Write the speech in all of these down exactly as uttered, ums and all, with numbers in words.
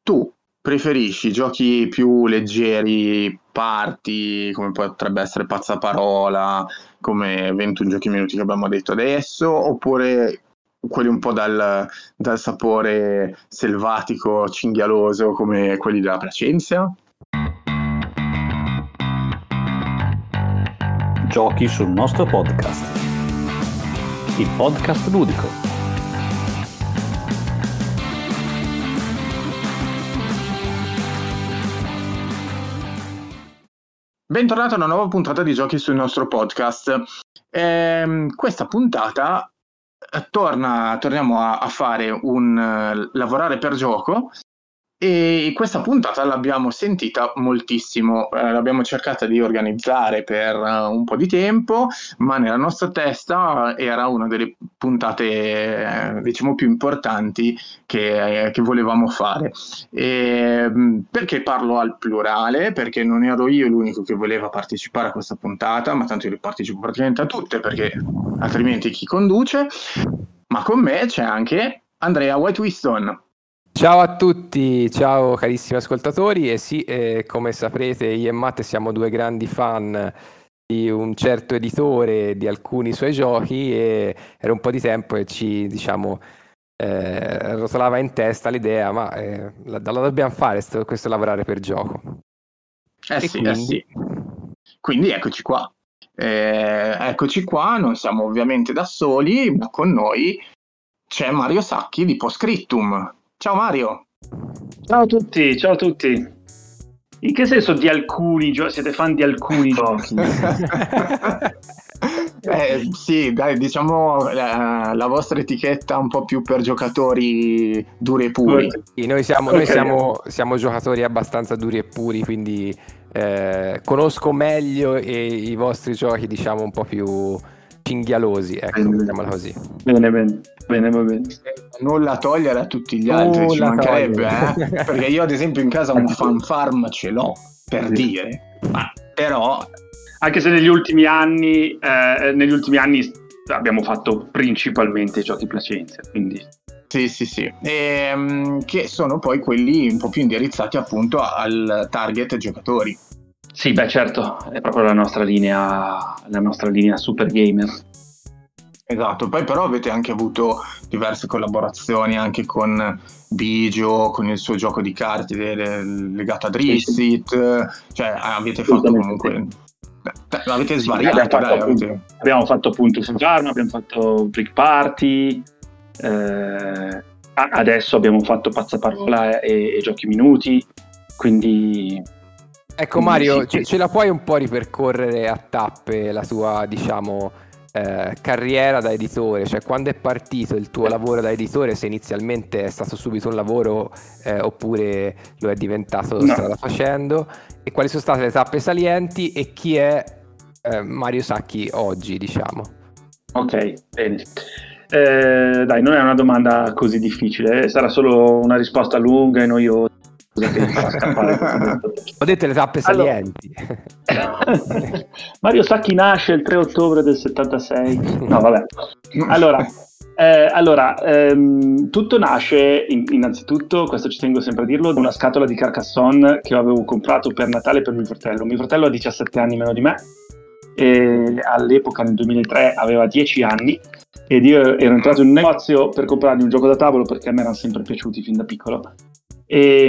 tu preferisci giochi più leggeri, party, come potrebbe essere Passaparola, come ventuno giochi minuti che abbiamo detto adesso, oppure quelli un po' dal, dal sapore selvatico, cinghialoso, come quelli della Placenza? Giochi sul nostro podcast, il podcast ludico. Bentornato a una nuova puntata di Giochi sul nostro podcast. Ehm, questa puntata eh, torna, torniamo a, a fare un eh, lavorare per gioco, e questa puntata l'abbiamo sentita moltissimo, eh, l'abbiamo cercata di organizzare per uh, un po' di tempo, ma nella nostra testa era una delle puntate eh, diciamo più importanti che, eh, che volevamo fare. E, perché parlo al plurale? Perché non ero io l'unico che voleva partecipare a questa puntata, ma tanto io partecipo praticamente a tutte, perché altrimenti chi conduce? Ma con me c'è anche Andrea White Wiston. Ciao a tutti, ciao carissimi ascoltatori, e sì, eh, come saprete io e Matte siamo due grandi fan di un certo editore, di alcuni suoi giochi, e era un po' di tempo che ci, diciamo, eh, rotolava in testa l'idea, ma eh, la, la dobbiamo fare sto, questo lavorare per gioco. Eh E sì, quindi... eh sì. Quindi eccoci qua. Eh, eccoci qua, non siamo ovviamente da soli, ma con noi c'è Mario Sacchi di Postscriptum. Ciao Mario. Ciao a tutti, ciao a tutti. In che senso di alcuni giochi? Siete fan di alcuni giochi? eh, sì, dai, diciamo la, la vostra etichetta un po' più per giocatori duri e puri. Sì, noi siamo, Okay. noi siamo, siamo giocatori abbastanza duri e puri, quindi eh, conosco meglio e i vostri giochi, diciamo, un po' più cinghialosi, ecco, Bene. mettiamola così. Bene, bene, bene, va bene. Nulla a togliere a tutti gli altri, ci Nulla mancherebbe, togliere. eh? Perché io ad esempio in casa un fan farm ce l'ho, per dire, ma però Anche se negli ultimi anni, eh, negli ultimi anni abbiamo fatto principalmente giochi Placenza, quindi sì sì sì, e, che sono poi quelli un po' più indirizzati appunto al target giocatori. sì, beh, certo, è proprio la nostra linea, la nostra linea super gamer. Esatto, poi però avete anche avuto diverse collaborazioni anche con Bigio, con il suo gioco di carte de- legato a Drissit, cioè avete fatto comunque, avete Sì, svariato, abbiamo, fatto dai, appunto, avete... abbiamo fatto appunto Farm, abbiamo fatto Brick Party, eh, adesso abbiamo fatto Passaparola e, e Giochi Minuti, quindi... Ecco quindi Mario, sì, ce, ce la puoi un po' ripercorrere a tappe la tua, diciamo, eh, carriera da editore? Cioè, quando è partito il tuo lavoro da editore, se inizialmente è stato subito un lavoro eh, oppure lo è diventato No. strada facendo, e quali sono state le tappe salienti e chi è eh, Mario Sacchi oggi, diciamo? Ok, bene. Eh, dai, non è una domanda così difficile, sarà solo una risposta lunga e noiosa che mi farà scappare. Ho detto le tappe Allora- salienti. Mario Sacchi nasce il tre ottobre del settantasei. No, vabbè. Allora, eh, allora ehm, tutto nasce in- innanzitutto, questo ci tengo sempre a dirlo, da una scatola di Carcassonne che avevo comprato per Natale per mio fratello. Mio fratello ha diciassette anni meno di me, e all'epoca nel duemilatré aveva dieci anni, ed io ero entrato in un negozio per comprargli un gioco da tavolo perché a me erano sempre piaciuti fin da piccolo. E,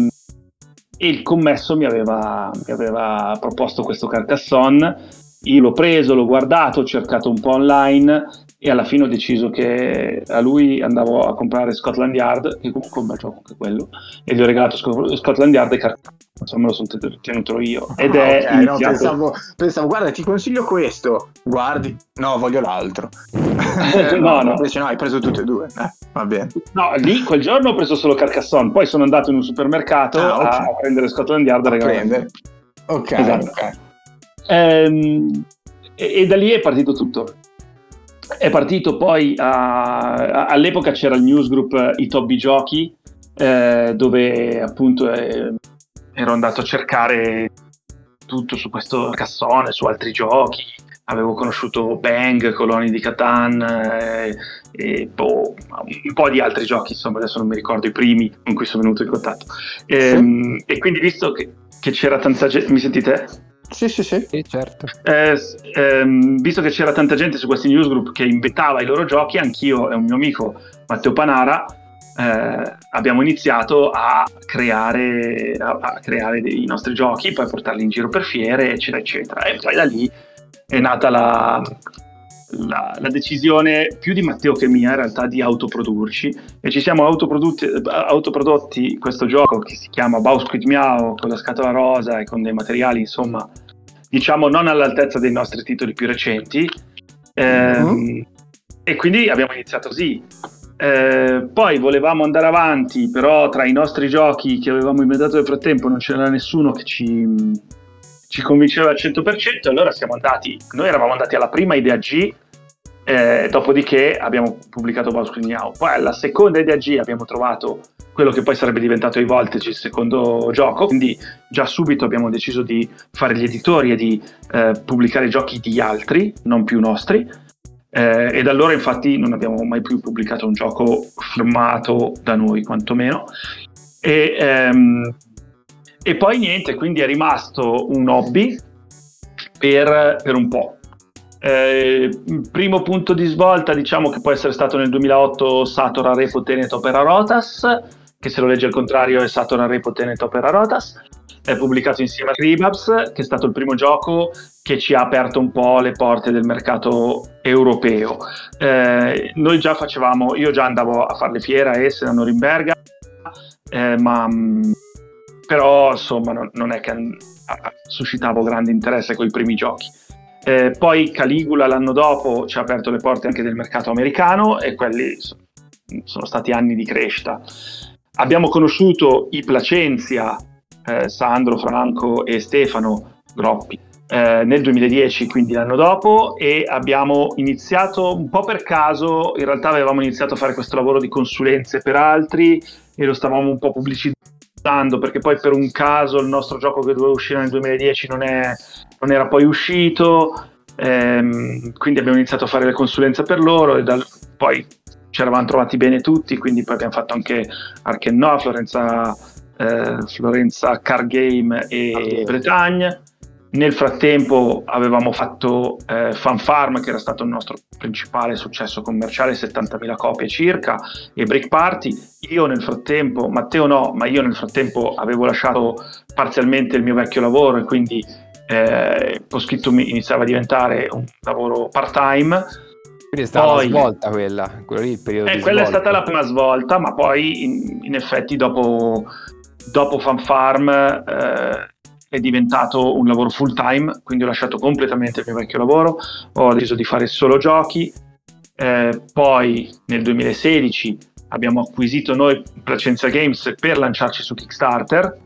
e il commesso mi aveva, mi aveva proposto questo Carcassonne. Io l'ho preso, l'ho guardato, ho cercato un po' online e alla fine ho deciso che a lui andavo a comprare Scotland Yard, che comunque è un bel gioco anche quello, e gli ho regalato Sc- Scotland Yard e Carcassonne, insomma me lo sono ten- tenuto io. Ed Ah, è ok, no, iniziato... pensavo, pensavo, guarda, ti consiglio questo, guardi, no, voglio l'altro. No, no. Invece no, hai preso tutte e due, eh, va bene. No, lì quel giorno ho preso solo Carcassonne, poi sono andato in un supermercato Ah, ok. a, a prendere Scotland Yard e A regalare. prendere. Ok, Esatto. ok. Ehm, e, e da lì è partito tutto. È partito poi a, a- all'epoca c'era il newsgroup I Tobbi Giochi, eh, dove appunto eh, ero andato a cercare tutto su questo Carcassonne, su altri giochi, avevo conosciuto Bang, Coloni di Catan eh, e boh, un po' di altri giochi, insomma adesso non mi ricordo i primi con cui sono venuto in contatto. Ehm, sì. E quindi visto che, che c'era tanta gente, mi sentite? Sì, sì, sì. Sì, certo. Eh, ehm, visto che c'era tanta gente su questi newsgroup che inventava i loro giochi, anch'io e un mio amico Matteo Panara eh, abbiamo iniziato a creare, a, a creare dei nostri giochi, poi portarli in giro per fiere, eccetera, eccetera. E poi da lì è nata la, la, la decisione, più di Matteo che mia, in realtà, di autoprodurci, e ci siamo autoprodotti, autoprodotti questo gioco che si chiama Bowsquid Miao, con la scatola rosa e con dei materiali, insomma, diciamo non all'altezza dei nostri titoli più recenti. Ehm, mm-hmm. E quindi abbiamo iniziato così. Eh, poi volevamo andare avanti, però tra i nostri giochi che avevamo inventato nel frattempo non c'era nessuno che ci, ci convinceva al cento per cento, allora siamo andati, noi eravamo andati alla prima idea G, eh, dopodiché abbiamo pubblicato Bowsquid Miao. Poi alla seconda idea G abbiamo trovato quello che poi sarebbe diventato i Voltage, il secondo gioco, quindi già subito abbiamo deciso di fare gli editori e di eh, pubblicare giochi di altri, non più nostri. Eh, e da allora infatti non abbiamo mai più pubblicato un gioco firmato da noi, quantomeno. E, ehm, e poi niente, quindi è rimasto un hobby per, per un po'. Eh, primo punto di svolta, diciamo che può essere stato nel duemilaotto Sator Repo Tenet Opera Rotas, che se lo legge al contrario è Sator Repo Tenet Opera Rotas. È pubblicato insieme a Cribabs, che è stato il primo gioco che ci ha aperto un po' le porte del mercato europeo. Eh, noi già facevamo, io già andavo a fare le fiere a Essen, a Norimberga, eh, ma però insomma non, non è che an- suscitavo grande interesse con i primi giochi. Eh, poi Caligula l'anno dopo ci ha aperto le porte anche del mercato americano, e quelli so- sono stati anni di crescita. Abbiamo conosciuto i Placenzia, Eh, Sandro, Franco e Stefano Groppi eh, nel duemiladieci, quindi l'anno dopo, e abbiamo iniziato un po' per caso, in realtà avevamo iniziato a fare questo lavoro di consulenze per altri e lo stavamo un po' pubblicizzando, perché poi per un caso il nostro gioco che doveva uscire nel duemiladieci non, è, non era poi uscito, ehm, quindi abbiamo iniziato a fare le consulenze per loro e dal, poi ci eravamo trovati bene tutti, quindi poi abbiamo fatto anche Archenno, Florenza Eh, Florenza Car Game e okay. Bretagne. Nel frattempo avevamo fatto eh, Fan Farm, che era stato il nostro principale successo commerciale, settantamila copie circa, e Brick Party. Io nel frattempo, Matteo no, ma io nel frattempo avevo lasciato parzialmente il mio vecchio lavoro, e quindi eh, Poschitto iniziava a diventare un lavoro part-time. Quindi è stata poi, una svolta quella, quello lì il periodo eh, di quella svolta. è stata la prima svolta, ma poi in, in effetti dopo Dopo Fan Farm eh, è diventato un lavoro full time, quindi ho lasciato completamente il mio vecchio lavoro, ho deciso di fare solo giochi. Eh, poi nel duemilasedici abbiamo acquisito noi Placenzia Games per lanciarci su Kickstarter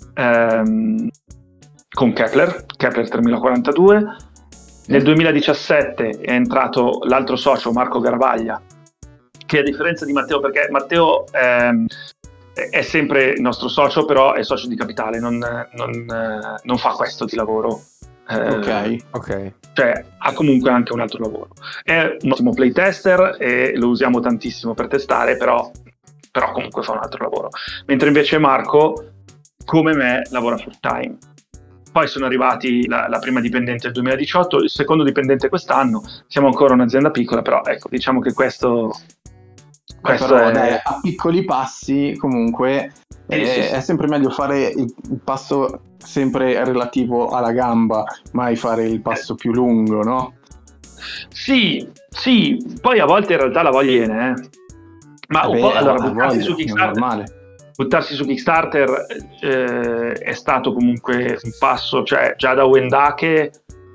ehm, con Kepler, Kepler tremilaquarantadue. Nel duemiladiciassette è entrato l'altro socio, Marco Garavaglia, che a differenza di Matteo, perché Matteo ehm, è sempre il nostro socio, però è socio di capitale, non, non, non fa questo di lavoro. Eh, ok, ok. Cioè ha comunque anche un altro lavoro. È un ottimo playtester e lo usiamo tantissimo per testare, però, però comunque fa un altro lavoro. Mentre invece Marco, come me, lavora full time. Poi sono arrivati la, la prima dipendente nel duemiladiciotto, il secondo dipendente quest'anno. Siamo ancora un'azienda piccola, però ecco, diciamo che questo... Questo però è... dai, a piccoli passi comunque eh, sì, sì. È sempre meglio fare il, il passo sempre relativo alla gamba, mai fare il passo più lungo, no? Sì, sì, poi a volte in realtà la voglia viene, eh. Ma eh un beh, po', allora, voglia, buttarsi, su Kickstarter, buttarsi su Kickstarter eh, è stato comunque un passo, cioè già da Wendake,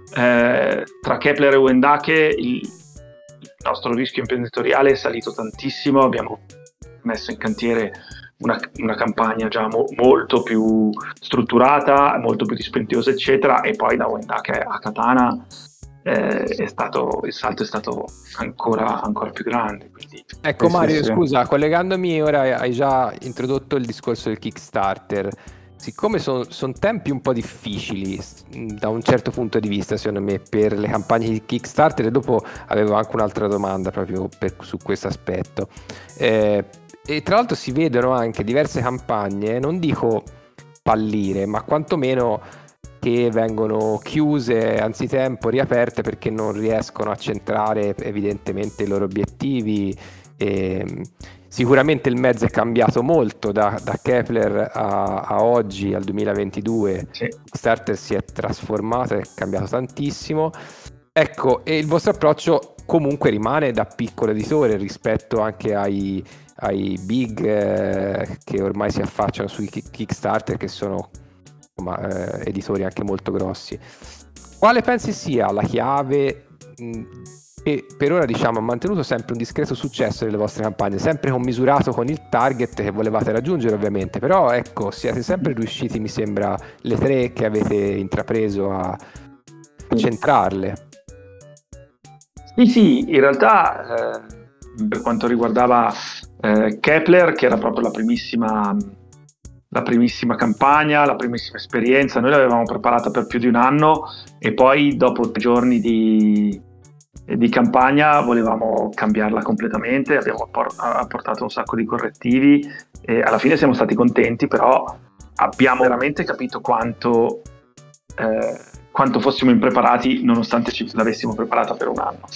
eh, tra Kepler e Wendake il Il nostro rischio imprenditoriale è salito tantissimo, abbiamo messo in cantiere una, una campagna già mo, molto più strutturata, molto più dispendiosa, eccetera, e poi da Wendake a Katana eh, è stato, il salto è stato ancora, ancora più grande. Quindi, ecco Mario, sì, scusa, collegandomi ora, hai già introdotto il discorso del Kickstarter. siccome sono son tempi un po' difficili da un certo punto di vista, secondo me, per le campagne di Kickstarter, e dopo avevo anche un'altra domanda proprio per, su questo aspetto. Eh, e tra l'altro si vedono anche diverse campagne, non dico fallire, ma quantomeno che vengono chiuse anzitempo, riaperte perché non riescono a centrare evidentemente i loro obiettivi. E sicuramente il mezzo è cambiato molto da, da Kepler a, a oggi, al duemilaventidue. Sì. Kickstarter si è trasformato, è cambiato tantissimo. Ecco, e il vostro approccio comunque rimane da piccolo editore rispetto anche ai, ai big eh, che ormai si affacciano sui Kickstarter, che sono insomma, eh, editori anche molto grossi. Quale pensi sia la chiave mh, che per ora, diciamo, ha mantenuto sempre un discreto successo nelle vostre campagne, sempre commisurato con il target che volevate raggiungere ovviamente, però ecco, siete sempre riusciti, mi sembra, le tre che avete intrapreso a, a centrarle. Sì, sì, in realtà eh, per quanto riguardava eh, Kepler, che era proprio la primissima, la primissima campagna, la primissima esperienza, noi l'avevamo preparata per più di un anno e poi dopo tre giorni di di campagna volevamo cambiarla completamente, abbiamo apportato un sacco di correttivi e alla fine siamo stati contenti, però abbiamo veramente capito quanto eh, quanto fossimo impreparati nonostante ci l'avessimo preparata per un anno.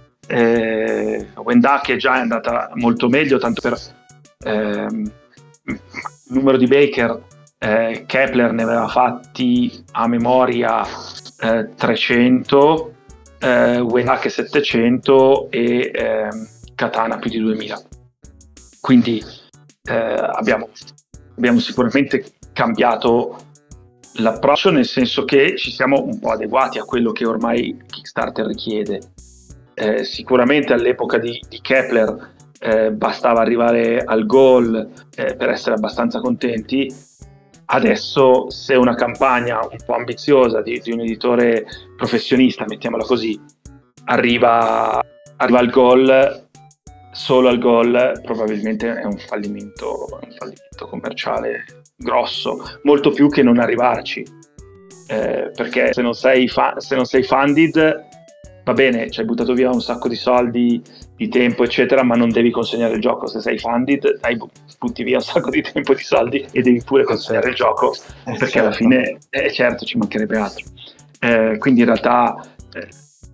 eh, Wendake già è andata molto meglio, tanto per eh, il numero di Baker, eh, Kepler ne aveva fatti a memoria eh, trecento, Uh, Wendake settecento e uh, Katana più di duemila, quindi uh, abbiamo, abbiamo sicuramente cambiato l'approccio, nel senso che ci siamo un po' adeguati a quello che ormai Kickstarter richiede. Uh, sicuramente all'epoca di, di Kepler uh, bastava arrivare al goal uh, per essere abbastanza contenti. Adesso, se una campagna un po' ambiziosa di, di un editore professionista, mettiamola così, arriva, arriva al goal, solo al goal, probabilmente è un fallimento, un fallimento commerciale grosso, molto più che non arrivarci. Eh, perché se non sei, fa- se non sei funded, va bene, ci hai buttato via un sacco di soldi, di tempo, eccetera, ma non devi consegnare il gioco. Se sei funded, dai, butti via un sacco di tempo e di soldi e devi pure consegnare il gioco, eh, perché certo. Alla fine, eh, certo, ci mancherebbe altro. Eh, quindi in realtà eh,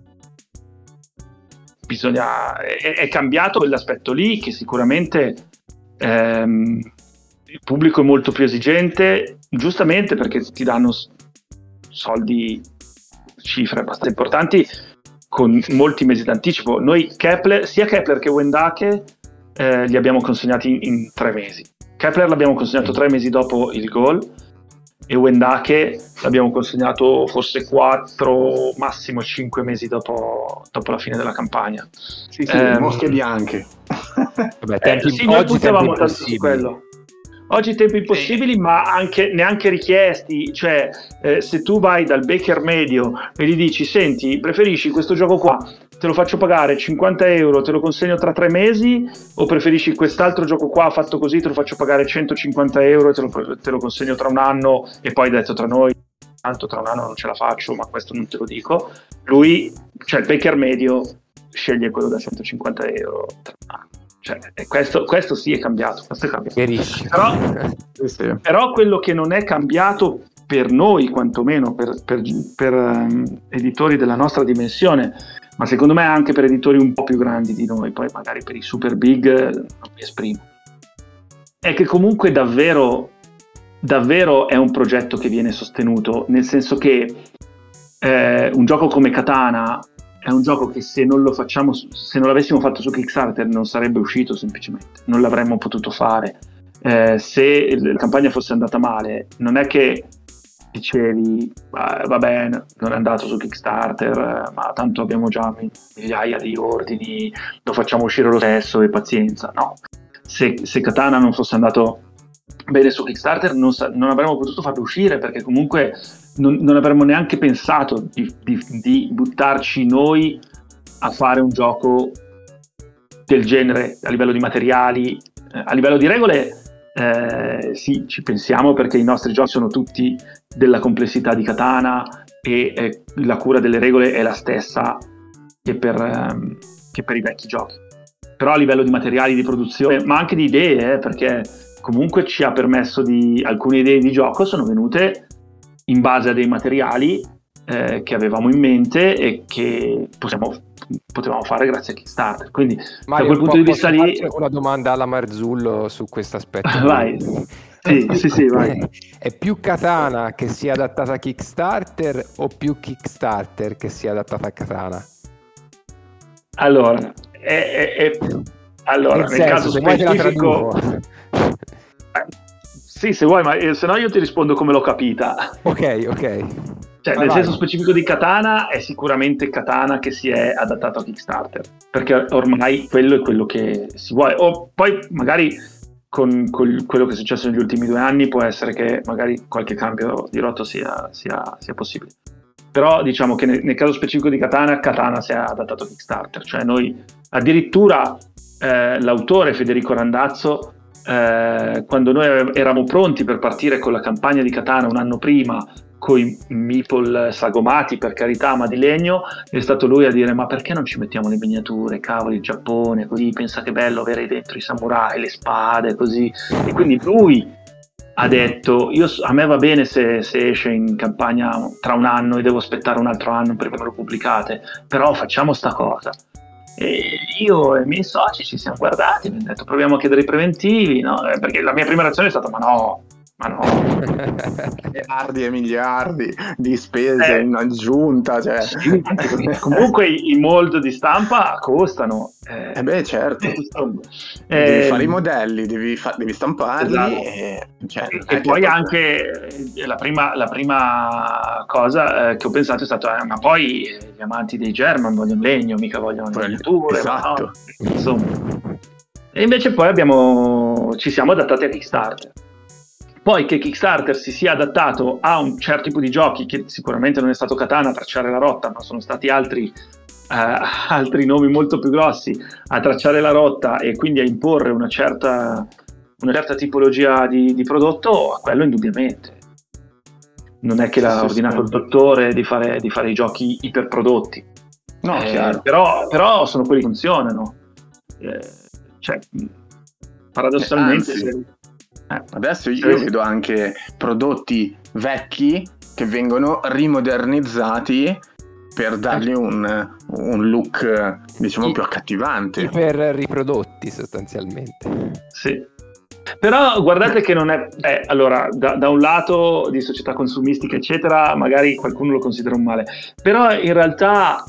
bisogna è, è cambiato quell'aspetto lì, che sicuramente ehm, il pubblico è molto più esigente, giustamente, perché ti danno soldi, cifre abbastanza importanti, con molti mesi d'anticipo. Noi Kepler, sia Kepler che Wendake eh, li abbiamo consegnati in, in tre mesi. Kepler l'abbiamo consegnato tre mesi dopo il goal e Wendake l'abbiamo consegnato forse quattro, massimo cinque mesi dopo, dopo la fine della campagna. Sì, sì, um, mosche bianche. Vabbè, tempi, eh, sì, noi oggi puntavamo tanto su quello. Oggi tempi impossibili, ma anche neanche richiesti. Cioè, eh, se tu vai dal baker medio e gli dici: senti, preferisci questo gioco qua, te lo faccio pagare cinquanta euro, te lo consegno tra tre mesi, o preferisci quest'altro gioco qua fatto così, te lo faccio pagare centocinquanta euro e te lo, te lo consegno tra un anno, e poi detto tra noi, tanto tra un anno non ce la faccio, ma questo non te lo dico. Lui, cioè il baker medio, sceglie quello da centocinquanta euro tra un anno. Cioè, questo, questo sì è cambiato, questo è cambiato. Però, sì, sì. Però quello che non è cambiato per noi, quantomeno per, per, per um, editori della nostra dimensione, ma secondo me anche per editori un po' più grandi di noi, poi magari per i super big non mi esprimo, è che comunque davvero, davvero è un progetto che viene sostenuto, nel senso che eh, un gioco come Katana è un gioco che se non lo facciamo, se non l'avessimo fatto su Kickstarter non sarebbe uscito, semplicemente non l'avremmo potuto fare. Eh, se la campagna fosse andata male, non è che dicevi ah, vabbè, non è andato su Kickstarter, ma tanto abbiamo già migliaia di ordini, lo facciamo uscire lo stesso e pazienza. No, se, se Katana non fosse andato bene su Kickstarter non, sa- non avremmo potuto farlo uscire, perché comunque non, non avremmo neanche pensato di, di, di buttarci noi a fare un gioco del genere a livello di materiali, eh, a livello di regole eh, sì, ci pensiamo perché i nostri giochi sono tutti della complessità di Katana e eh, la cura delle regole è la stessa che per, ehm, che per i vecchi giochi. Però a livello di materiali di produzione, ma anche di idee, eh, perché comunque ci ha permesso di... alcune idee di gioco sono venute in base a dei materiali eh, che avevamo in mente e che possiamo, potevamo fare grazie a Kickstarter. Quindi Mario, da quel punto di vista lì... una domanda alla Marzullo su questo aspetto. Vai. Sì, sì, sì, vai. È più Katana che sia adattata a Kickstarter o più Kickstarter che sia adattata a Katana? Allora, è, è, è... allora nel senso, caso se vuoi te la specifico... traduco. Sì, se vuoi, ma se no io ti rispondo come l'ho capita. Ok, ok. Cioè, vai, nel vai. senso specifico di Katana è sicuramente Katana che si è adattato a Kickstarter, perché ormai quello è quello che si vuole. O poi magari con, con quello che è successo negli ultimi due anni può essere che magari qualche cambio di rotta sia, sia, sia possibile. Però diciamo che nel, nel caso specifico di Katana, Katana si è adattato a Kickstarter. Cioè noi, addirittura eh, l'autore Federico Randazzo, eh, quando noi eravamo pronti per partire con la campagna di Katana un anno prima, con i meeple sagomati, per carità, ma di legno, è stato lui a dire: ma perché non ci mettiamo le miniature, cavoli, il Giappone, così, pensa che bello avere dentro i samurai, le spade, così. E quindi lui ha detto: io, a me va bene se, se esce in campagna tra un anno e devo aspettare un altro anno per che lo pubblicate, però facciamo sta cosa. E io e i miei soci ci siamo guardati, mi hanno detto: proviamo a chiedere i preventivi, no? Perché la mia prima reazione è stata: ma no, ma no. Miliardi e miliardi di spese eh, in aggiunta, cioè. Sì, comunque i mold di stampa costano. Eh, eh beh, certo. Eh, devi fare i modelli, devi, fa- devi stamparli. Esatto. E, cioè, e, e poi anche la prima, la prima cosa eh, che ho pensato è stata: eh, ma poi gli amanti dei German vogliono legno, mica vogliono le miniature. Esatto. No? Insomma. E invece poi abbiamo, ci siamo adattati a Kickstarter. Poi che Kickstarter si sia adattato a un certo tipo di giochi, che sicuramente non è stato Katana a tracciare la rotta, ma sono stati altri, eh, altri nomi molto più grossi a tracciare la rotta e quindi a imporre una certa, una certa tipologia di, di prodotto, a quello indubbiamente. Non è che Sì, l'ha sì, ordinato sì. il dottore di fare, di fare i giochi iperprodotti. No, Eh, chiaro. però, però sono quelli che funzionano. Eh, cioè, paradossalmente... Eh, anzi. se- Eh, Adesso io sì. vedo anche prodotti vecchi che vengono rimodernizzati per dargli un, un look, diciamo, I- più accattivante. Per riprodotti sostanzialmente. Sì. Però guardate che non è... eh, allora, da, da un lato di società consumistica, eccetera, magari qualcuno lo considera un male. Però in realtà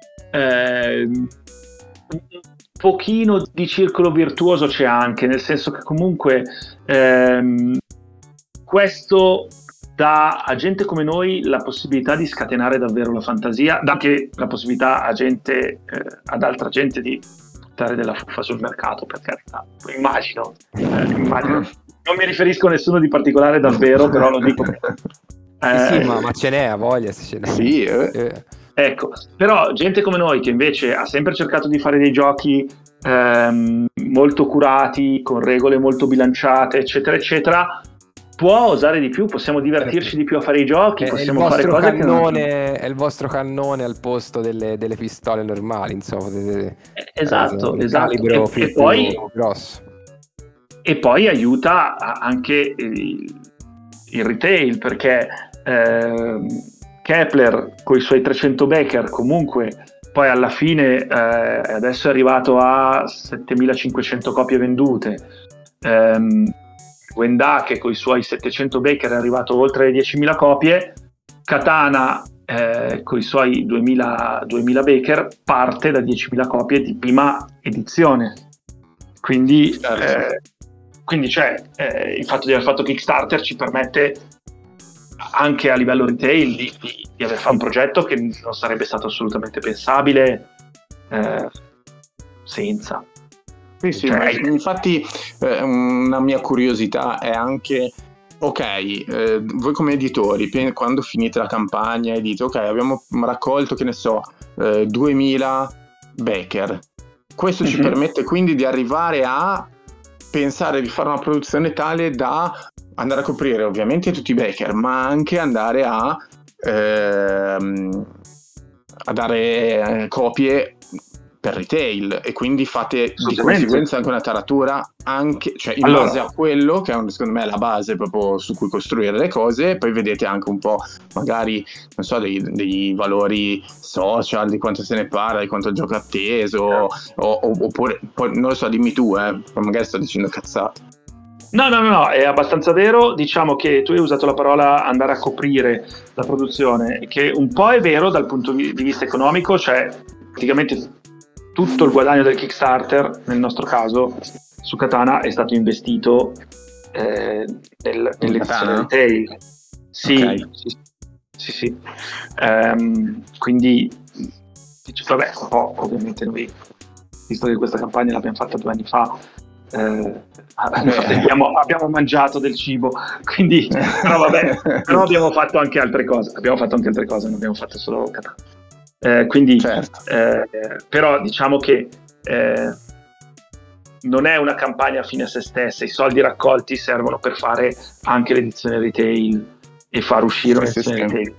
ehm, un pochino di circolo virtuoso c'è anche, nel senso che comunque ehm, questo dà a gente come noi la possibilità di scatenare davvero la fantasia, dà anche la possibilità a gente, eh, ad altra gente di dare della fuffa sul mercato, per carità. Immagino, eh, immagino. Non mi riferisco a nessuno di particolare davvero, però lo dico. Eh, sì, sì, ma, ma ce n'è, a voglia se ce n'è. Sì, eh. Eh, Ecco, però gente come noi che invece ha sempre cercato di fare dei giochi ehm, molto curati, con regole molto bilanciate, eccetera, eccetera, può osare di più, possiamo divertirci di più a fare i giochi, è, il possiamo fare vostro cose che non... cannone, è il vostro cannone al posto delle, delle pistole normali, insomma. De, de, Esatto, eh, esatto. calibro E, più, e poi, più grosso. e poi aiuta anche il, il retail, perché ehm, Kepler con i suoi trecento Becker comunque poi alla fine eh, adesso è arrivato a settemilacinquecento copie vendute. ehm, Wendake con i suoi settecento Becker è arrivato oltre le diecimila copie. Katana eh, con i suoi duemila, duemila Becker parte da diecimila copie di prima edizione. Quindi, eh, quindi cioè, eh, il fatto di aver fatto Kickstarter ci permette anche a livello retail di, di, di aver fatto un progetto che non sarebbe stato assolutamente pensabile eh, senza. Sì, sì, Cioè, ma infatti eh, una mia curiosità è anche, ok, eh, voi come editori, pe- quando finite la campagna e dite, ok, abbiamo raccolto, che ne so, eh, duemila Becker, questo ci Mhm. permette quindi di arrivare a pensare di fare una produzione tale da andare a coprire ovviamente tutti i backer, ma anche andare a, ehm, a dare copie per retail, e quindi fate di conseguenza anche una taratura anche, cioè in allora, base a quello che è secondo me la base proprio su cui costruire le cose. Poi vedete anche un po' magari non so dei, dei valori social, di quanto se ne parla, di quanto il gioco è atteso, o, o, oppure poi, non lo so, dimmi tu, eh, magari sto dicendo cazzate. No, no, no, no, è abbastanza vero. Diciamo che tu hai usato la parola andare a coprire la produzione, che un po' è vero dal punto di vista economico, cioè praticamente tutto il guadagno del Kickstarter, nel nostro caso, su Katana è stato investito eh, nel, nell'edizione retail. Sì, okay. sì, sì, sì. Um, quindi, vabbè, un po', ovviamente noi, visto che questa campagna l'abbiamo fatta due anni fa, eh, abbiamo, abbiamo mangiato del cibo, quindi, però vabbè, però abbiamo fatto anche altre cose, abbiamo fatto anche altre cose, non abbiamo fatto solo Katana. Eh, quindi certo. eh, però diciamo che eh, non è una campagna fine a se stessa, i soldi raccolti servono per fare anche l'edizione retail e far uscire l'edizione retail.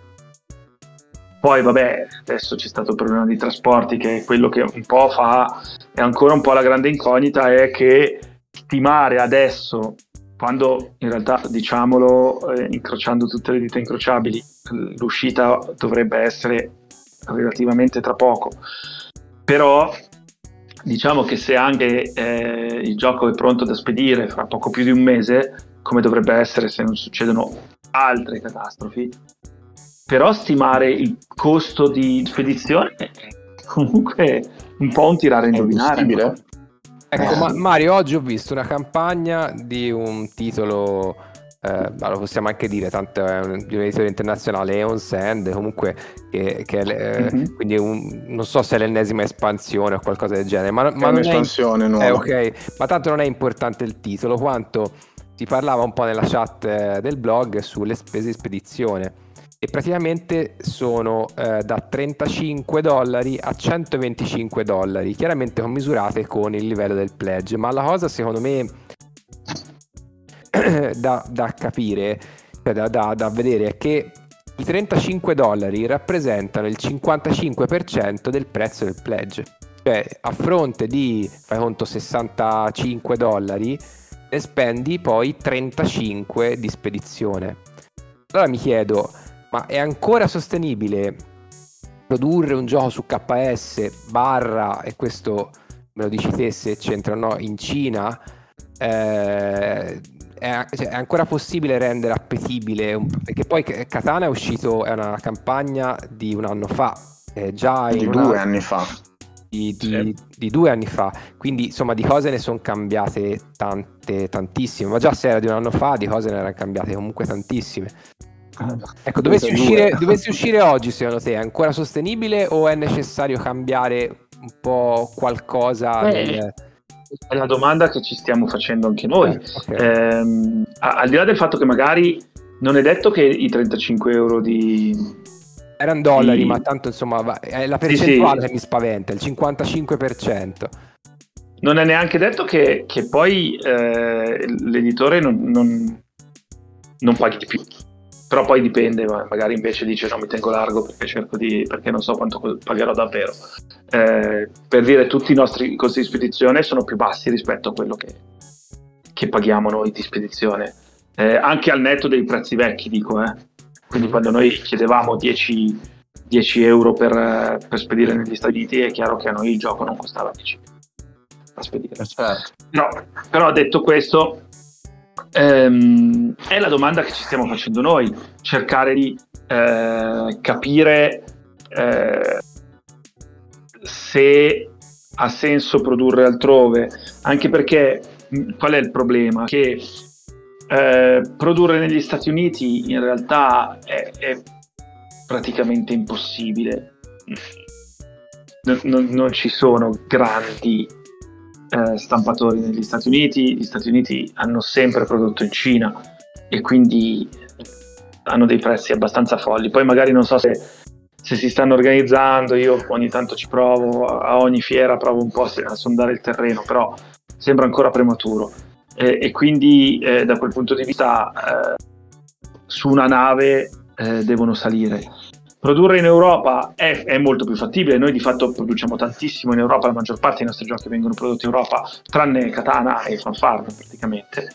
Poi vabbè, adesso c'è stato il problema dei trasporti, che è quello che un po' fa, è ancora un po' la grande incognita, è che stimare adesso, quando in realtà, diciamolo, eh, incrociando tutte le dita incrociabili, l'uscita dovrebbe essere relativamente tra poco, però diciamo che se anche eh, il gioco è pronto da spedire fra poco più di un mese, come dovrebbe essere se non succedono altre catastrofi, però stimare il costo di spedizione è comunque un po' un tirare a indovinare. Ecco, ma Mario, oggi ho visto una campagna di un titolo, eh, lo possiamo anche dire, tanto è un, di un editore internazionale, Eon Sand, comunque che, che è, eh, mm-hmm. quindi un, non so se è l'ennesima espansione o qualcosa del genere, ma, ma non un'espansione, è, no? Eh, ok, ma tanto non è importante il titolo quanto si parlava un po' nella chat del blog sulle spese di spedizione, e praticamente sono eh, da trentacinque dollari a centoventicinque dollari, chiaramente commisurate con il livello del pledge. Ma la cosa secondo me da, da capire, cioè da, da, da vedere, è che i trentacinque dollari rappresentano il cinquantacinque per cento del prezzo del pledge, cioè a fronte di, fai conto, sessantacinque dollari, ne spendi poi trentacinque di spedizione. Allora mi chiedo, ma è ancora sostenibile produrre un gioco su K S barra, e questo me lo dici te se c'entra o no, in Cina? Eh, è, cioè, è ancora possibile rendere appetibile un, perché poi Katana è uscito, è una campagna di un anno fa, è già di in due una, anni fa di, di, sì. di due anni fa, quindi insomma di cose ne sono cambiate tante, tantissime, ma già se era di un anno fa di cose ne erano cambiate comunque tantissime. Ecco, dovessi uscire, dovessi uscire oggi, secondo te è ancora sostenibile o è necessario cambiare un po' qualcosa? Beh, nel... È la domanda che ci stiamo facendo anche noi. Eh, okay. ehm, al di là del fatto che magari non è detto che i trentacinque euro di... erano dollari, di... ma tanto insomma è la percentuale sì, sì. che mi spaventa, il cinquantacinque per cento. Non è neanche detto che, che poi eh, l'editore non, non, non paghi di più. Però poi dipende, magari invece dice no, mi tengo largo perché cerco di, perché non so quanto pagherò davvero. Eh, per dire, tutti i nostri costi di spedizione sono più bassi rispetto a quello che, che paghiamo noi di spedizione, eh, anche al netto dei prezzi vecchi, dico, eh. Quindi quando noi chiedevamo dieci euro per, per spedire negli Stati Uniti, è chiaro che a noi il gioco non costava dieci a spedire. Certo. No, però detto questo, Ehm, è la domanda che ci stiamo facendo noi, cercare di eh, capire eh, se ha senso produrre altrove, anche perché qual è il problema? Che eh, produrre negli Stati Uniti in realtà è, è praticamente impossibile, non, non, non ci sono grandi Eh, stampatori negli Stati Uniti. Gli Stati Uniti hanno sempre prodotto in Cina e quindi hanno dei prezzi abbastanza folli. Poi magari non so se, se si stanno organizzando, io ogni tanto ci provo, a ogni fiera provo un po' a sondare il terreno, però sembra ancora prematuro. eh, e quindi eh, da quel punto di vista eh, su una nave eh, devono salire. Produrre in Europa è, è molto più fattibile. Noi di fatto produciamo tantissimo in Europa, la maggior parte dei nostri giochi vengono prodotti in Europa, tranne Katana e Fanfarm praticamente.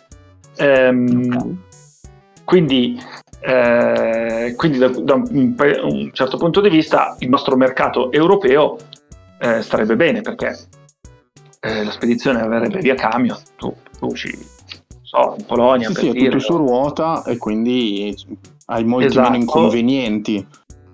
Ehm, quindi eh, quindi da, da un, un certo punto di vista il nostro mercato europeo eh, starebbe bene, perché eh, la spedizione avrebbe via camion, tu, tu ci so, in Polonia sì, per sì, dire, è tutto su ruota e quindi hai molti esatto. meno inconvenienti.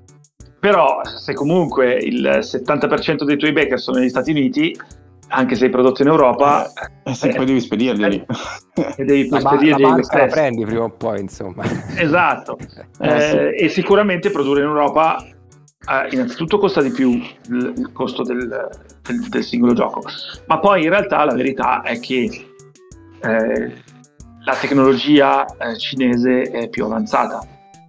Però se comunque il settanta per cento dei tuoi baker sono negli Stati Uniti, anche se hai prodotto in Europa, eh, sì, eh, poi devi spedirli. E devi la, ba- la barca la prendi prima o poi, insomma. Esatto. eh, eh, sì. E sicuramente produrre in Europa eh, innanzitutto costa di più il, il costo del, del, del singolo gioco, ma poi in realtà la verità è che eh, la tecnologia eh, cinese è più avanzata.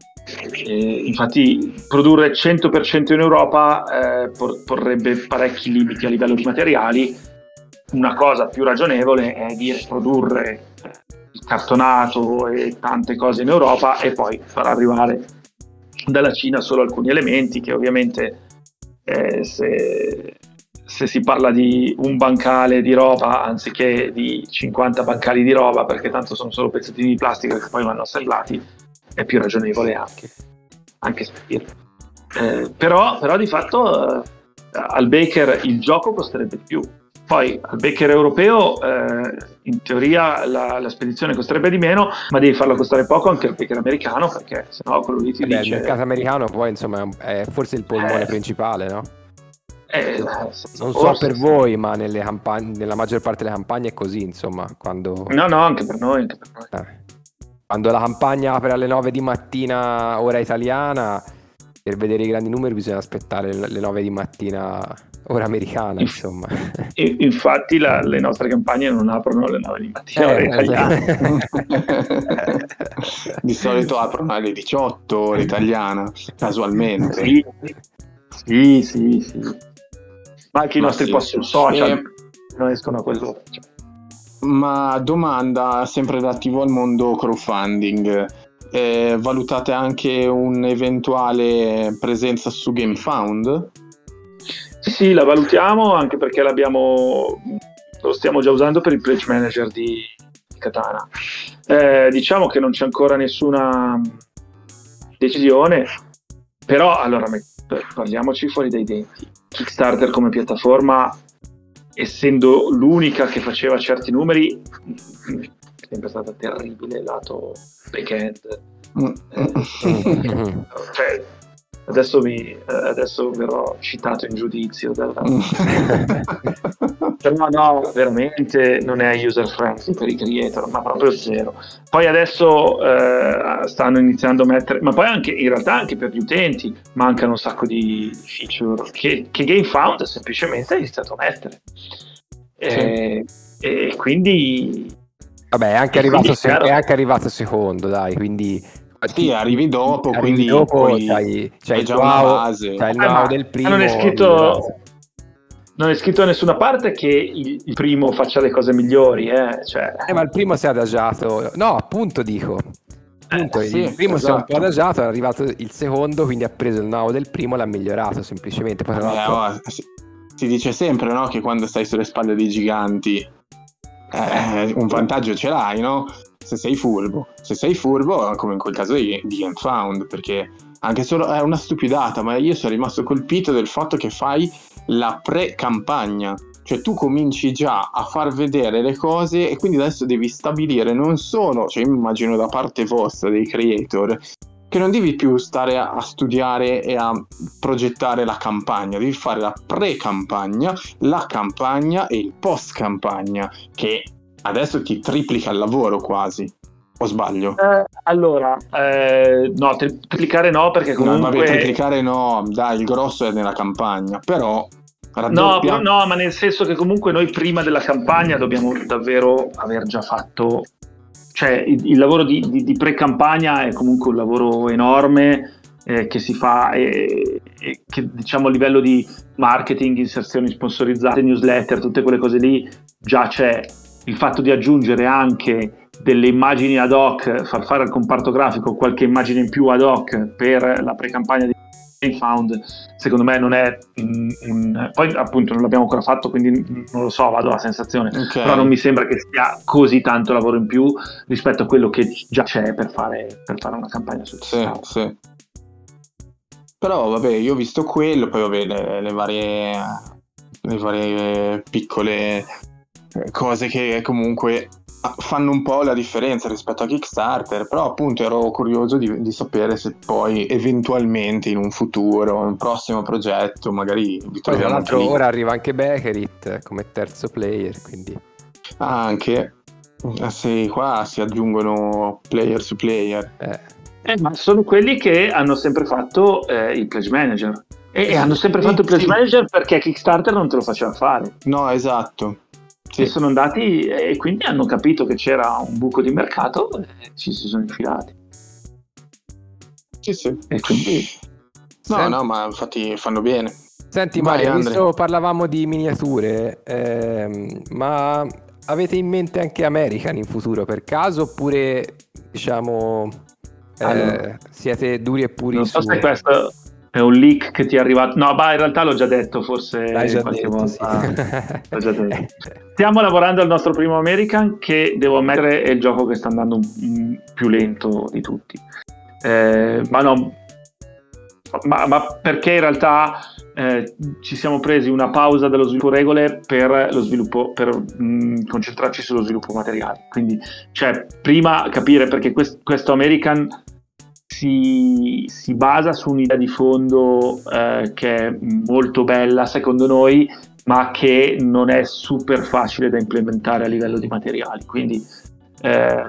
Eh, infatti produrre cento per cento in Europa eh, por- porrebbe parecchi limiti a livello di materiali. Una cosa più ragionevole è dire produrre il cartonato e tante cose in Europa e poi far arrivare dalla Cina solo alcuni elementi che ovviamente eh, se, se si parla di un bancale di roba anziché di cinquanta bancali di roba, perché tanto sono solo pezzettini di plastica che poi vanno assemblati, è più ragionevole anche, anche spirito. Eh, però, però di fatto eh, al baker il gioco costerebbe di più. Poi al baker europeo eh, in teoria la, la spedizione costerebbe di meno, ma devi farla costare poco anche al baker americano, perché sennò quello lì ti Beh, dice... il mercato americano poi insomma è forse il polmone eh, principale, no? Eh, non so forse, per sì. voi, ma nelle campagne, nella maggior parte delle campagne è così, insomma, quando... No, no, anche per noi, anche per noi. Eh. Quando la campagna apre alle nove di mattina ora italiana, per vedere i grandi numeri bisogna aspettare le nove di mattina ora americana, insomma. Infatti la, le nostre campagne non aprono alle nove di mattina Eh, ora italiana. Di solito aprono alle diciotto ora italiana, casualmente. Sì, sì, sì, sì. Ma anche i Ma nostri sì. post social E... non escono a quell'ora. Ma domanda sempre relativo al mondo crowdfunding, eh, valutate anche un'eventuale presenza su GameFound? Sì, sì, la valutiamo anche perché l'abbiamo, lo stiamo già usando per il pledge manager di Katana. Eh, diciamo che non c'è ancora nessuna decisione, però allora parliamoci fuori dai denti. Kickstarter come piattaforma, essendo l'unica che faceva certi numeri, è sempre stata terribile lato back-end. eh, cioè, adesso, mi, adesso verrò citato in giudizio dalla... però no, veramente non è user friendly per i creator, ma proprio zero. Poi adesso eh, stanno iniziando a mettere, ma poi anche in realtà anche per gli utenti mancano un sacco di feature che, che GameFound semplicemente ha iniziato a mettere. E, sì. E quindi vabbè è anche, arrivato se, è anche arrivato secondo, dai, quindi sì, arrivi dopo, arrivi quindi dopo, poi c'hai, c'hai il già wow, una base. c'hai il eh, wow del primo. Non è scritto non è scritto da nessuna parte che il, il primo faccia le cose migliori, eh, cioè... eh, ma il primo si è adagiato, no, appunto dico appunto, eh, sì, il primo esatto. si è un po' adagiato, è arrivato il secondo, quindi ha preso il wow del primo e l'ha migliorato semplicemente. Poi, eh, oh, si, si dice sempre, no, che quando stai sulle spalle dei giganti eh, un vantaggio ce l'hai, no? Se sei furbo, se sei furbo, come in quel caso di, di GameFound, perché anche solo è una stupidata, ma io sono rimasto colpito del fatto che fai la pre-campagna, cioè tu cominci già a far vedere le cose e quindi adesso devi stabilire non solo, cioè io immagino da parte vostra dei creator, che non devi più stare a, a studiare e a progettare la campagna, devi fare la pre-campagna, la campagna e il post-campagna, che adesso ti triplica il lavoro quasi, o sbaglio? Eh, allora, eh, no, triplicare no, perché comunque... No, vabbè, triplicare no, dai, il grosso è nella campagna, però... No, però no, ma nel senso che comunque noi prima della campagna dobbiamo davvero aver già fatto... Cioè, il, il lavoro di, di, di pre-campagna è comunque un lavoro enorme eh, che si fa e, e che, diciamo, a livello di marketing, inserzioni sponsorizzate, newsletter, tutte quelle cose lì già c'è. il fatto di aggiungere anche delle immagini ad hoc, far fare al comparto grafico qualche immagine in più ad hoc per la pre-campagna di Found, secondo me non è un, un... poi appunto non l'abbiamo ancora fatto, quindi non lo so, vado alla sensazione, okay. Però non mi sembra che sia così tanto lavoro in più rispetto a quello che già c'è per fare, per fare una campagna successiva. Sì, sì. Però vabbè, io ho visto quello, poi vabbè le, le varie le varie piccole cose che comunque fanno un po' la differenza rispetto a Kickstarter, però appunto ero curioso di, di sapere se poi eventualmente in un futuro, un prossimo progetto, magari vi poi tra l'altro lì. Ora arriva anche Becherit come terzo player, quindi ah, anche eh, sì, qua si aggiungono player su player eh. Eh, ma sono quelli che hanno sempre fatto eh, il pledge manager e, e hanno sempre sì, fatto il pledge sì. manager perché Kickstarter non te lo faceva fare. No, esatto. Sì. E sono andati e quindi hanno capito che c'era un buco di mercato e ci si sono infilati. Sì, sì. E quindi... No, Senti... no, ma infatti fanno bene. Senti Vai, Mario, Andre. visto parlavamo di miniature, ehm, ma avete in mente anche American in futuro per caso, oppure diciamo eh, allora, siete duri e puri? Non so su... se questo è un leak che ti è arrivato. No, ma in realtà l'ho già detto, forse L'hai già qualche detto, volta. sì. L'ho già detto. Stiamo lavorando al nostro primo American, che devo ammettere è il gioco che sta andando un, un, più lento di tutti. Eh, ma no, ma, ma perché in realtà eh, ci siamo presi una pausa dallo sviluppo regole per lo sviluppo, per mh, concentrarci sullo sviluppo materiale. Quindi, cioè, prima capire perché quest, questo American Si, si basa su un'idea di fondo eh, che è molto bella secondo noi, ma che non è super facile da implementare a livello di materiali. Quindi eh,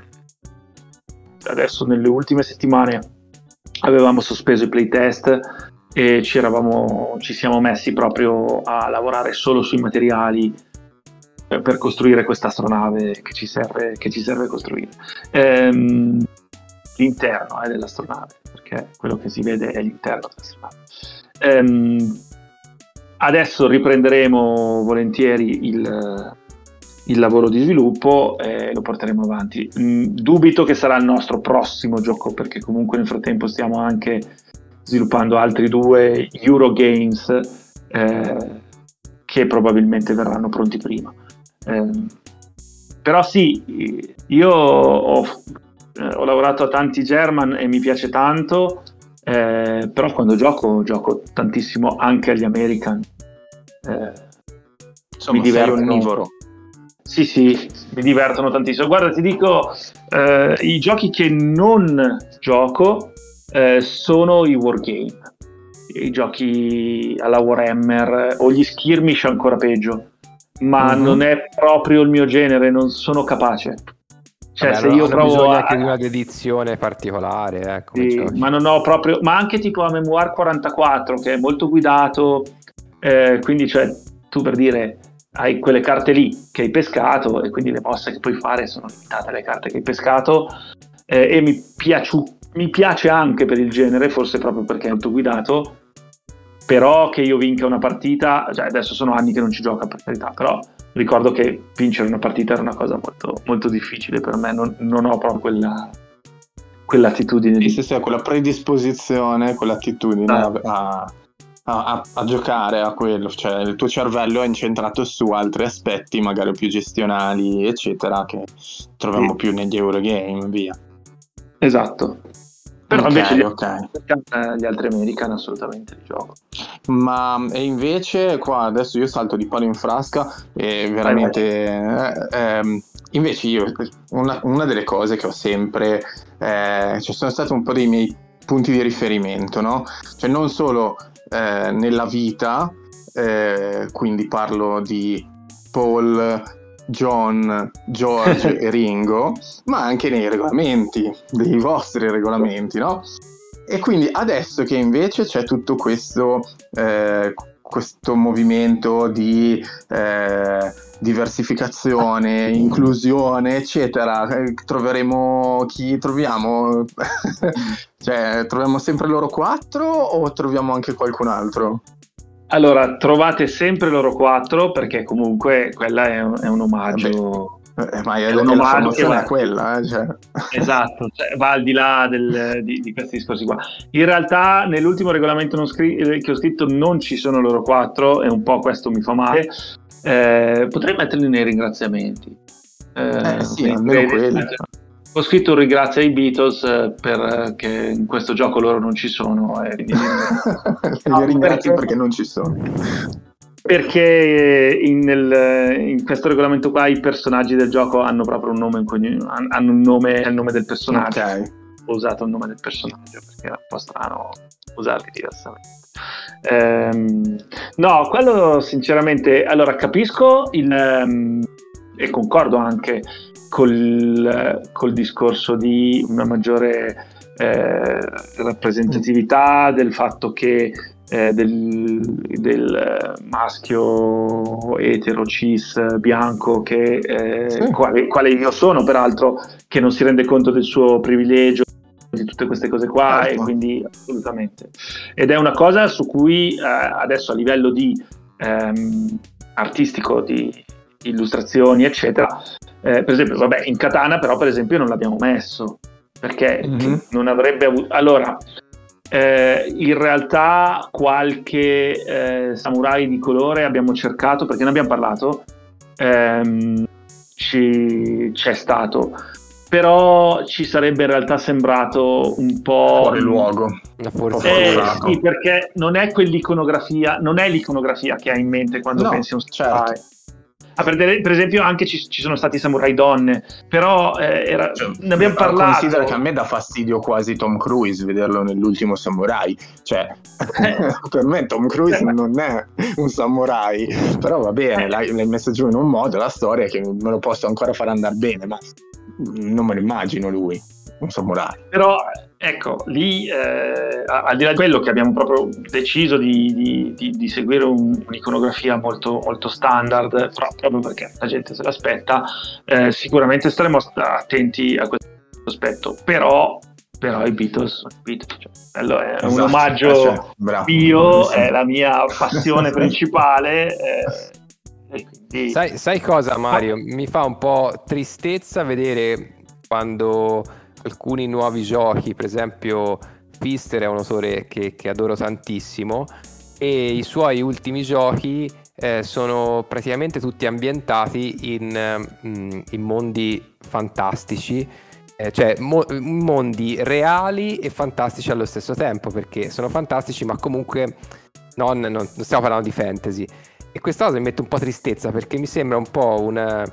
adesso nelle ultime settimane avevamo sospeso i playtest e ci, eravamo, ci siamo messi proprio a lavorare solo sui materiali per, per costruire questa astronave che ci serve, che ci serve costruire. Ehm, l'interno eh, dell'astronave, perché quello che si vede è l'interno dell'astronave. Ehm, adesso riprenderemo volentieri il, il lavoro di sviluppo e lo porteremo avanti. Mm, dubito che sarà il nostro prossimo gioco, perché comunque nel frattempo stiamo anche sviluppando altri due Eurogames eh, che probabilmente verranno pronti prima. Eh, però sì, io ho Eh, ho lavorato a tanti German e mi piace tanto, eh, però quando gioco gioco tantissimo anche agli American. Eh, Insomma, mi divertono. Sei onnivoro. Sì, sì, mi divertono tantissimo. Guarda, ti dico, eh, i giochi che non gioco eh, sono i wargame, i giochi alla Warhammer o gli skirmish ancora peggio, ma mm-hmm. non è proprio il mio genere, non sono capace. Cioè, Vabbè, se io hanno provo bisogno a... anche di una dedizione particolare, eh, come sì, giochi. ma non ho proprio, ma anche tipo a Memoir quarantaquattro che è molto guidato, eh, quindi cioè tu per dire hai quelle carte lì che hai pescato e quindi le mosse che puoi fare sono limitate alle carte che hai pescato, eh, e mi piace, mi piace anche per il genere, forse proprio perché è molto guidato, però che io vinca una partita, cioè adesso sono anni che non ci gioco per carità, però ricordo che vincere una partita era una cosa molto, molto difficile per me, non, non ho proprio quella, quell'attitudine. Sì, di... sì, sì, quella predisposizione, quell'attitudine ah. a, a, a, a giocare a quello, cioè il tuo cervello è incentrato su altri aspetti, magari più gestionali, eccetera, che troviamo sì. più negli Eurogame, via. Esatto. Però okay, invece gli, okay. gli altri American assolutamente li gioco. Ma e invece qua adesso io salto di palo in frasca e veramente eh, eh, invece io una, una delle cose che ho sempre eh, cioè sono stati un po' dei miei punti di riferimento, no? Cioè non solo eh, nella vita, eh, quindi parlo di Paul, John, George e Ringo, ma anche nei regolamenti, dei vostri regolamenti, no? E quindi adesso che invece c'è tutto questo, eh, questo movimento di eh, diversificazione, inclusione, eccetera, troveremo chi troviamo? Cioè, troviamo sempre loro quattro o troviamo anche qualcun altro? Allora, trovate sempre loro quattro perché comunque quella è un, è un omaggio. Eh, ma è, è un è la omaggio formazione che va- è quella, eh, cioè. Esatto, cioè, va al di là del- di, di questi discorsi qua. In realtà nell'ultimo regolamento non scri- eh, che ho scritto non ci sono loro quattro e un po' questo mi fa male. Eh, potrei metterli nei ringraziamenti. Eh, Eh sì, nei- almeno nei- quelli. Ho scritto un ringrazio ai Beatles eh, perché in questo gioco loro non ci sono. E quindi- Li ringrazio perché non ci sono. Perché in, nel- in questo regolamento qua i personaggi del gioco hanno proprio un nome, in cui- hanno un nome, è il nome del personaggio. Ok. Ho usato il nome del personaggio perché era un po' strano usarli diversamente. Ehm, no, quello sinceramente, allora capisco il, ehm, e concordo anche col, col discorso di una maggiore eh, rappresentatività, del fatto che eh, del, del eh, maschio etero cis bianco che eh, Sì. quale, quale io sono peraltro, che non si rende conto del suo privilegio, di tutte queste cose qua, Certo. e quindi assolutamente, ed è una cosa su cui eh, adesso a livello di ehm, artistico, di illustrazioni eccetera, eh, per esempio vabbè in Katana però per esempio non l'abbiamo messo perché Mhm. non avrebbe avuto, allora eh, in realtà qualche eh, samurai di colore abbiamo cercato, perché ne abbiamo parlato, ehm, ci, c'è stato, però ci sarebbe in realtà sembrato un po' Fuori luogo. Una forza Eh, Eh, forzato. sì, perché non è quell'iconografia, non è l'iconografia che hai in mente quando No, pensi a un samurai. certo. Ah, per, per esempio anche ci, ci sono stati samurai donne, però eh, era, Cioè, ne abbiamo però parlato. Considera che a me dà fastidio quasi Tom Cruise vederlo nell'ultimo Samurai, cioè per me Tom Cruise Eh, ma- non è un samurai, però va bene, Eh. l'hai, l'hai messa giù in un modo, la storia che me lo posso ancora far andare bene, ma non me lo immagino lui, un samurai. Però ecco, lì eh, al di là di quello che abbiamo proprio deciso di, di- di- di seguire un- un'iconografia molto, molto standard, però proprio perché la gente se l'aspetta, eh, sicuramente staremo st- attenti a questo aspetto, però, però i Beatles, i Beatles, cioè, quello è un Esatto, omaggio eh, cioè, bravo. mio, Bravissimo. è la mia passione principale. eh, e quindi- Sai, sai cosa, Mario? Mi fa un po' tristezza vedere quando alcuni nuovi giochi, per esempio Pfister è un autore che, che adoro tantissimo, e i suoi ultimi giochi eh, sono praticamente tutti ambientati in, eh, in mondi fantastici, eh, cioè mo- mondi reali e fantastici allo stesso tempo, perché sono fantastici ma comunque non, non, non stiamo parlando di fantasy. E questa cosa mi mette un po' tristezza perché mi sembra un po' un,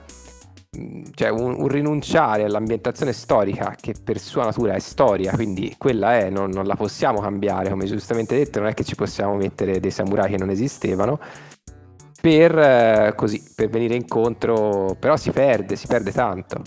cioè un, un rinunciare all'ambientazione storica che per sua natura è storia, quindi quella è, non, non la possiamo cambiare, come giustamente detto, non è che ci possiamo mettere dei samurai che non esistevano per eh, così, per venire incontro, però si perde, si perde tanto.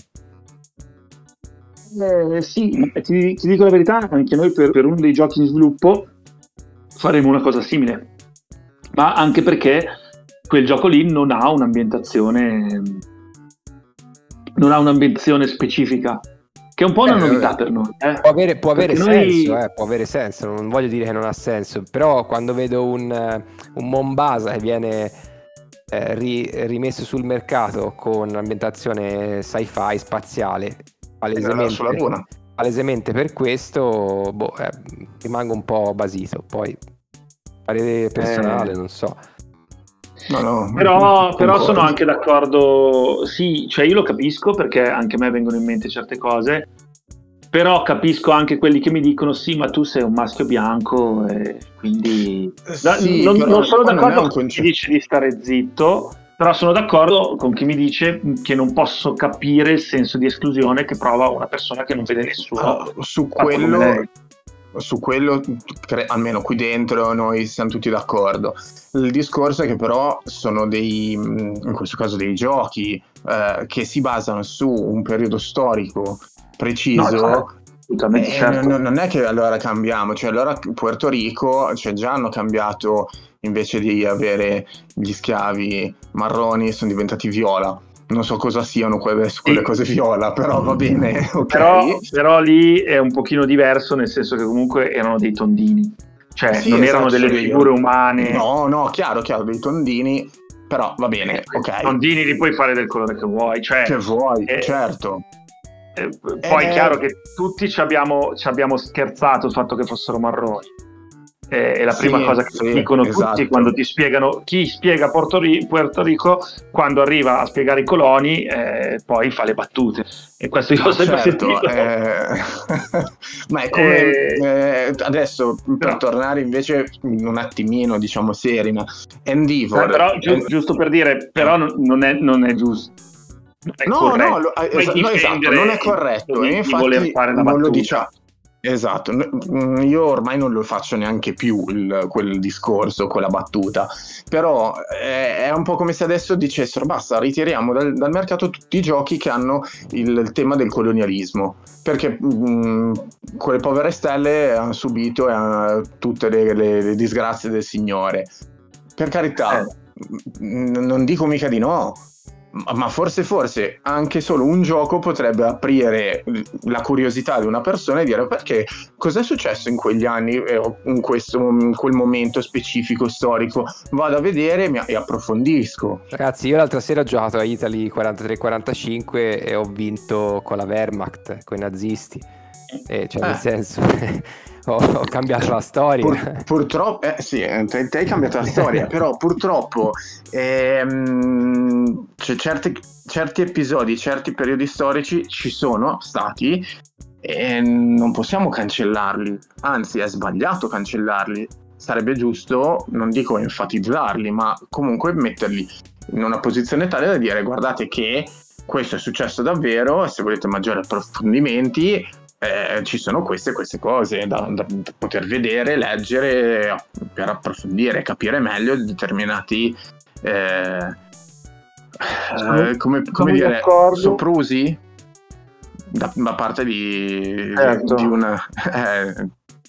Eh, sì, ti, ti dico la verità, anche noi per, per uno dei giochi in sviluppo faremo una cosa simile, ma anche perché quel gioco lì non ha un'ambientazione non ha un'ambientazione specifica, che è un po' una Eh, novità per noi. eh. Può avere, può avere Perché noi- senso, eh, può avere senso, non voglio dire che non ha senso, però quando vedo un, eh, un Mombasa che viene eh, ri- rimesso sul mercato con un'ambientazione sci-fi spaziale, palesemente, sulla Luna. palesemente per questo, boh, eh, rimango un po' basito, poi parere personale, Eh. non so. No, no, Però, però concordo. sono anche d'accordo, sì, cioè io lo capisco perché anche a me vengono in mente certe cose, però capisco anche quelli che mi dicono sì, ma tu sei un maschio bianco e quindi Da- Sì, non, però non sono poi non è d'accordo un con chi concetto. dice di stare zitto, però sono d'accordo con chi mi dice che non posso capire il senso di esclusione che prova una persona che non vede nessuno. Ah, su fatto come quello lei. su quello cre- almeno qui dentro noi siamo tutti d'accordo. Il discorso è che però sono dei, in questo caso dei giochi eh, che si basano su un periodo storico preciso. No, certo, assolutamente, Eh, certo. non, non è che allora cambiamo, cioè allora Puerto Rico, cioè già hanno cambiato, invece di avere gli schiavi marroni sono diventati viola. Non so cosa siano quelle, quelle Sì. cose viola, però va bene, ok. Però, però lì è un pochino diverso, nel senso che comunque erano dei tondini, cioè Sì, non esatto, erano delle sono dei- figure umane. No, no, chiaro, chiaro, dei tondini, Però va bene, eh, ok. Rondini li puoi fare del colore che vuoi, cioè, che vuoi, eh, certo. Eh, poi Eh, è chiaro che tutti ci abbiamo, ci abbiamo scherzato sul fatto che fossero marroni. Eh, è la sì, prima cosa che sì, dicono esatto. tutti quando ti spiegano, chi spiega Porto Ri- Puerto Rico, quando arriva a spiegare i coloni, eh, poi fa le battute. E questo io Ah, l'ho sempre certo, sentito. eh... ma è come Eh, eh, adesso per però- tornare invece un attimino, diciamo, serena. Endeavor. eh, però giu- En- giusto per dire, però non, non è, non è giusto. Non è No, corretto. no, lo- eh, Puoi es- no, esatto, difendere non è corretto di, e di voler infatti fare la non lo battuta. diciamo. Esatto, n- io ormai non lo faccio neanche più il- quel discorso, quella battuta, però è, è un po' come se adesso dicessero basta, ritiriamo dal, dal mercato tutti i giochi che hanno il, il tema del colonialismo, perché mh, quelle povere stelle hanno subito eh, tutte le, le- le disgrazie del Signore. Per carità, Eh. n- non dico mica di no. Ma forse, forse anche solo un gioco potrebbe aprire la curiosità di una persona e dire perché cos'è successo in quegli anni, in, questo, in quel momento specifico storico. Vado a vedere e approfondisco. Ragazzi, io l'altra sera ho giocato a Italy quarantatré quarantacinque e ho vinto con la Wehrmacht, con i nazisti. E cioè, Eh. nel senso, ho, ho cambiato la storia. Pur, purtroppo, eh, sì, te, te hai cambiato la storia, però purtroppo ehm, cioè, certi, certi episodi, certi periodi storici ci sono stati e non possiamo cancellarli, anzi è sbagliato cancellarli, sarebbe giusto, non dico enfatizzarli, ma comunque metterli in una posizione tale da dire guardate che questo è successo davvero e se volete maggiori approfondimenti Eh, ci sono queste queste cose da, da poter vedere, leggere per approfondire, capire meglio determinati eh, Sono- eh, come, sono come dire d'accordo. soprusi da, da parte di, Certo. di una eh,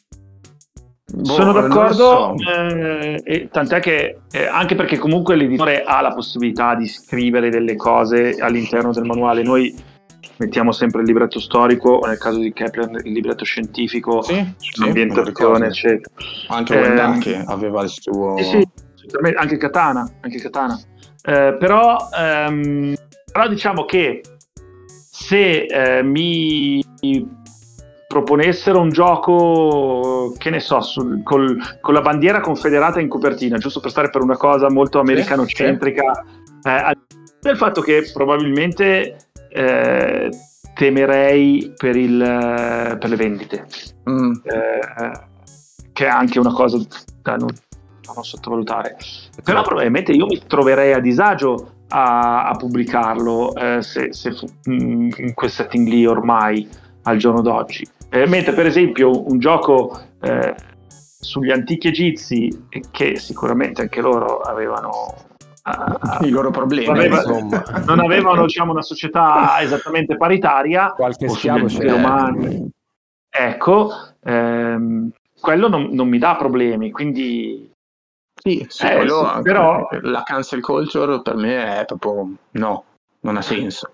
boh, Sono non lo d'accordo, so. eh, e tant'è che eh, anche perché comunque l'editore ha la possibilità di scrivere delle cose all'interno del manuale. Noi mettiamo sempre il libretto storico o nel caso di Kepler il libretto scientifico, Sì, sì, me lo sull'ambientazione, ricordo. eccetera. Anche Eh, Wendake aveva il suo Sì, sì, assolutamente, anche Katana, anche Katana. Eh, però, ehm, però diciamo che se eh, mi proponessero un gioco, che ne so, sul, col, con la bandiera confederata in copertina, giusto per stare per una cosa molto americanocentrica, eh, al del fatto che probabilmente eh, temerei per, il, per le vendite, mm. eh, che è anche una cosa da non, da non sottovalutare. Però probabilmente io mi troverei a disagio a, a pubblicarlo eh, se, se mh, in quel setting lì ormai al giorno d'oggi. Eh, mentre per esempio un gioco eh, sugli antichi egizi, che sicuramente anche loro avevano uh, i loro problemi, aveva, insomma. non avevano diciamo una società esattamente paritaria, qualche o schiavo sugli c'è. romani, ecco, ehm, quello non, non mi dà problemi, quindi sì, sì, eh, quello sì, però la cancel culture per me è proprio no, non ha senso.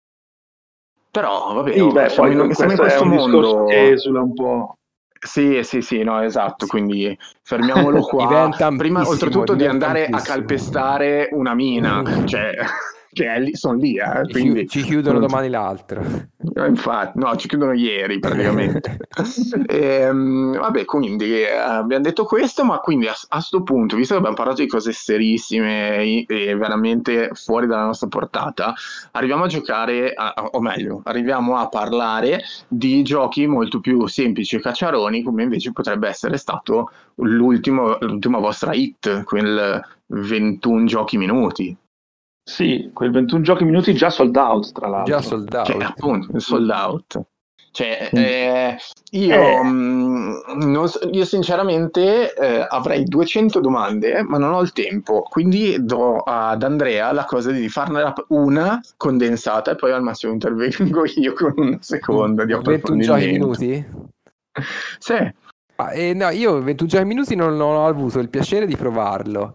Però vabbè, sì, beh, siamo, poi in, siamo in questo questo è un mondo. discorso che esula un po'. Sì, sì, sì, no, esatto, quindi fermiamolo qua. Diventa Prima, ampissimo, oltretutto, di diventa andare a ampissimo. calpestare una mina, cioè, che è lì, sono lì, eh, Ci, quindi... chi- ci chiudono domani l'altro. Infatti, no, ci chiudono ieri praticamente. Ehm, vabbè, quindi eh, abbiamo detto questo, ma quindi a, a sto punto, visto che abbiamo parlato di cose serissime e, e veramente fuori dalla nostra portata, arriviamo a giocare, a, o meglio, arriviamo a parlare di giochi molto più semplici e cacciaroni, come invece potrebbe essere stato l'ultimo, l'ultima vostra hit, quel ventuno giochi minuti. Sì, quel ventuno giochi minuti già sold out, tra l'altro. Già sold out. Che appunto, sold out. Cioè, Mm. eh, io, Eh. mh, non so- io sinceramente eh, avrei duecento domande, ma non ho il tempo, quindi do ad Andrea la cosa di farne una condensata e poi al massimo intervengo io con una seconda di ventuno giochi approfondimento. minuti? Sì, Ah, eh, no, io ventuno giochi minuti non, non ho avuto il piacere di provarlo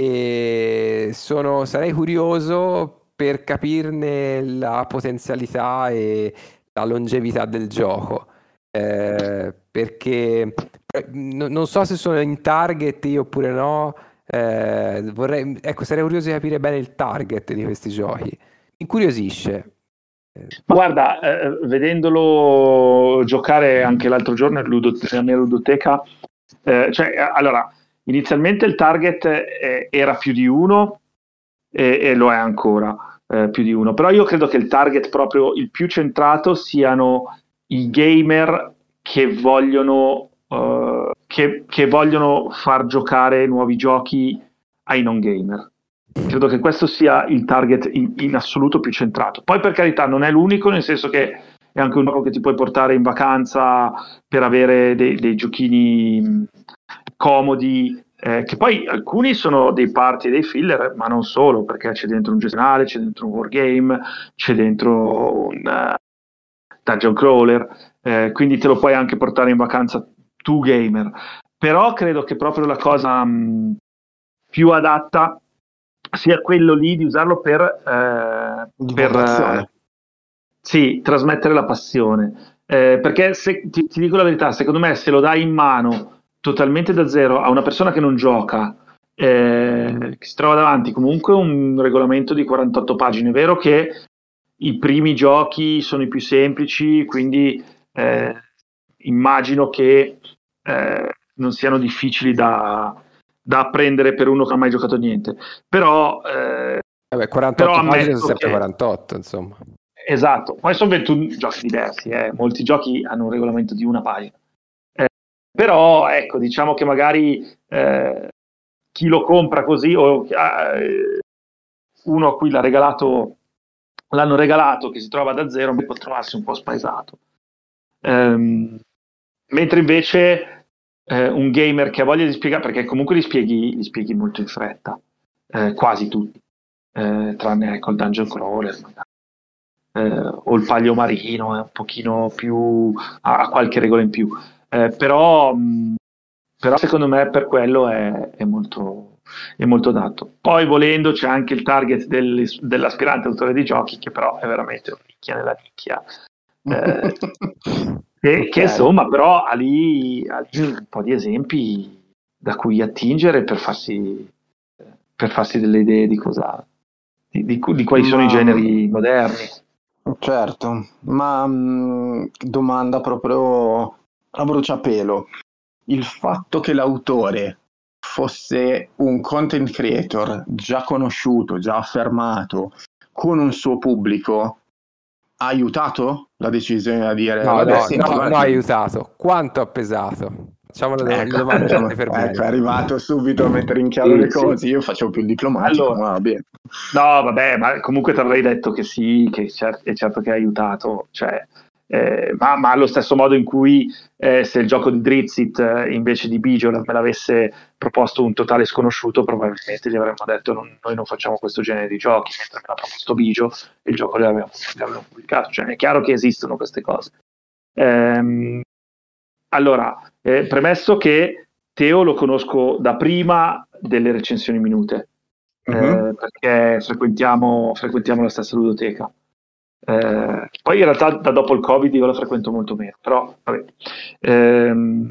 e sono, sarei curioso per capirne la potenzialità e la longevità del gioco, eh, perché eh, no- non so se sono in target io oppure no, Eh, vorrei, ecco, sarei curioso di capire bene il target di questi giochi. Mi incuriosisce. Ma guarda, eh, vedendolo giocare anche l'altro giorno nella mia ludoteca, eh, cioè, allora, inizialmente il target eh, era più di uno e, e lo è ancora eh, più di uno, però io credo che il target proprio il più centrato siano i gamer che vogliono, uh, che, che vogliono far giocare nuovi giochi ai non gamer. Credo che questo sia il target in, in assoluto più centrato. Poi per carità non è l'unico, nel senso che è anche un gioco che ti puoi portare in vacanza per avere dei, dei giochini comodi, eh, che poi alcuni sono dei party e dei filler, ma non solo, perché c'è dentro un gestionale, c'è dentro un wargame, c'è dentro un uh, dungeon crawler, eh, quindi te lo puoi anche portare in vacanza tu gamer. Però credo che proprio la cosa mh, più adatta sia quello lì di usarlo per, eh, per eh, sì, trasmettere la passione. Eh, perché se, ti, ti dico la verità, secondo me se lo dai in mano totalmente da zero a una persona che non gioca, eh, che si trova davanti comunque un regolamento di quarantotto pagine, è vero che i primi giochi sono i più semplici, quindi eh, immagino che eh, non siano difficili da, da apprendere per uno che non ha mai giocato niente, però, eh, Vabbè, quarantotto però pagine sono ammetto sempre che quarantotto, insomma. esatto, poi sono ventuno giochi diversi, eh. Molti giochi hanno un regolamento di una pagina, eh, però ecco, diciamo che magari eh, chi lo compra così o eh, uno a cui l'ha regalato, l'hanno regalato, che si trova da zero, può trovarsi un po' spaesato. Ehm, mentre invece eh, un gamer che ha voglia di spiegare, perché comunque li spieghi, li spieghi molto in fretta, eh, quasi tutti, eh, tranne ecco il dungeon crawler magari. Eh, o il Paglio Marino è un pochino più ha qualche regola in più, eh, però, mh, però secondo me per quello è, è molto è molto adatto. Poi volendo c'è anche il target del, dell'aspirante autore di giochi, che però è veramente una nicchia nella nicchia, eh, che, okay. che insomma però ha lì, ha lì un po' di esempi da cui attingere per farsi per farsi delle idee di cosa di, di, di quali sono Ma, i generi moderni. Certo, ma mh, domanda proprio a bruciapelo. Il fatto che l'autore fosse un content creator già conosciuto, già affermato, con un suo pubblico, ha aiutato la decisione a dire No, vabbè, no, senti, no, guarda no, ha che- aiutato. Quanto ha pesato? Facciamo le, do- le Ecco, domande diciamo, fatte per ecco, è bene. arrivato subito a mettere in chiaro Sì, le sì. cose. Io facevo più il diplomatico, Allora, ma va bene. no, vabbè, ma comunque ti avrei detto che sì, che cer- è certo che ha aiutato, cioè, eh, ma, ma allo stesso modo in cui eh, se il gioco di Drizzt eh, invece di Bijo me l'avesse proposto un totale sconosciuto, probabilmente gli avremmo detto non, noi non facciamo questo genere di giochi, mentre me l'ha proposto Bijo e il gioco l'abbiamo, l'abbiamo pubblicato, cioè è chiaro che esistono queste cose. Ehm, allora, eh, premesso che Teo lo conosco da prima delle recensioni minute, Mhm. eh, perché frequentiamo, frequentiamo la stessa ludoteca. Eh, poi in realtà da dopo il Covid io la frequento molto meno, però vabbè. Ehm,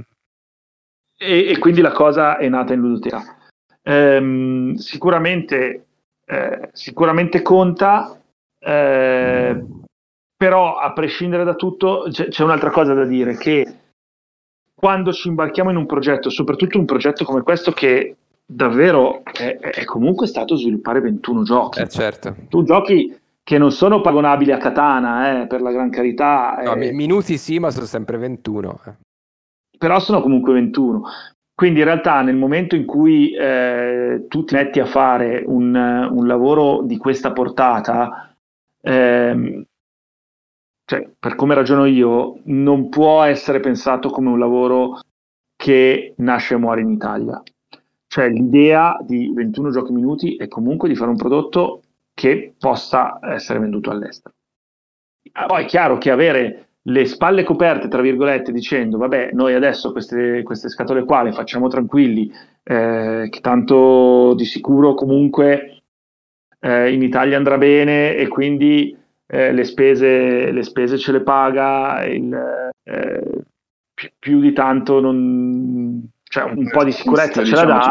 e, e quindi la cosa è nata in ludoteca. Ehm, sicuramente, eh, sicuramente conta, eh, però a prescindere da tutto c'è, c'è un'altra cosa da dire, che quando ci imbarchiamo in un progetto, soprattutto un progetto come questo che davvero è, è comunque stato sviluppare ventuno giochi. Eh, certo. Tu giochi che non sono paragonabili a Katana, eh, per la gran carità, No, mi- eh, minuti sì, ma sono sempre ventuno. eh. però sono comunque ventuno. Quindi in realtà nel momento in cui eh, tu ti metti a fare un, un lavoro di questa portata, ehm, cioè, per come ragiono io, non può essere pensato come un lavoro che nasce e muore in Italia. Cioè l'idea di ventuno giochi minuti è comunque di fare un prodotto che possa essere venduto all'estero. Poi è chiaro che avere le spalle coperte, tra virgolette, dicendo vabbè, noi adesso queste, queste scatole qua le facciamo tranquilli, eh, che tanto di sicuro comunque eh, in Italia andrà bene e quindi eh, le, spese, le spese ce le paga, il, eh, più, più di tanto non, cioè un po' di sicurezza ce la Diciamo, dà.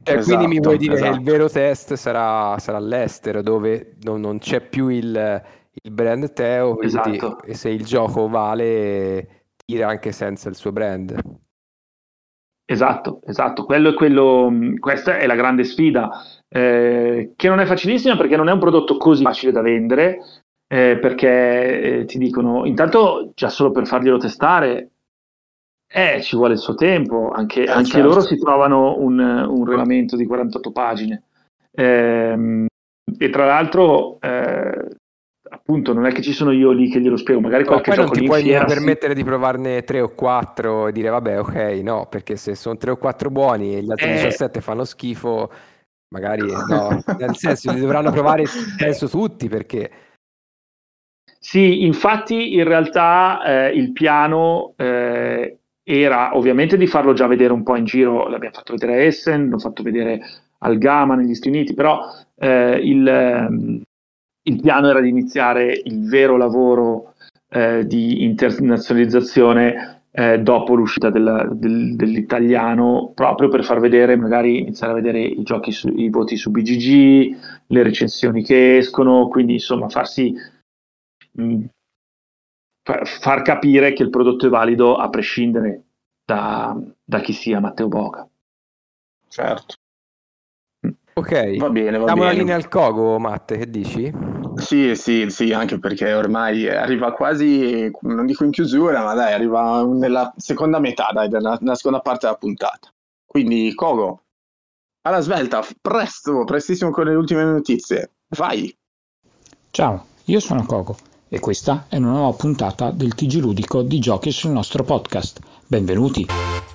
Cioè, Esatto, quindi mi vuoi dire esatto. che il vero test sarà, sarà all'estero, dove non, non c'è più il, il brand Teo, quindi Esatto. e se il gioco vale, tira anche senza il suo brand. Esatto, esatto, quello è quello, mh, questa è la grande sfida, eh, che non è facilissima perché non è un prodotto così facile da vendere, eh, perché eh, ti dicono, intanto già solo per farglielo testare, eh, ci vuole il suo tempo, anche, Eh, anche certo. loro si trovano un, un regolamento di quarantotto pagine. Ehm, e tra l'altro, eh, appunto, non è che ci sono io lì che glielo spiego, magari Ma qualche poi non gioco ti lì in puoi nemmeno fiera sì. permettere di provarne tre o quattro e dire vabbè, ok, no, perché se sono tre o quattro buoni e gli altri Eh, diciassette fanno schifo, magari no, nel senso li dovranno provare, penso tutti, perché Sì, infatti in realtà eh, il piano eh, era ovviamente di farlo già vedere un po' in giro, l'abbiamo fatto vedere a Essen, l'ho fatto vedere al Gama negli Stati Uniti, però eh, il, ehm, il piano era di iniziare il vero lavoro eh, di internazionalizzazione eh, dopo l'uscita del- del- dell'italiano, proprio per far vedere, magari iniziare a vedere i giochi su- i voti su B G G, le recensioni che escono, quindi insomma farsi mh, fa- far capire che il prodotto è valido a prescindere da, da chi sia Matteo Boca. Certo. ok, Va bene, va diamo la bene. linea al Cogo, Matte, che dici? Sì, sì, sì, anche perché ormai arriva quasi, non dico in chiusura, ma dai, arriva nella seconda metà, dai, della, nella seconda parte della puntata. Quindi, Kogo, alla svelta, presto, prestissimo con le ultime notizie. Vai! Ciao, io sono Coco e questa è una nuova puntata del T G Ludico di Giochi sul nostro podcast. Benvenuti!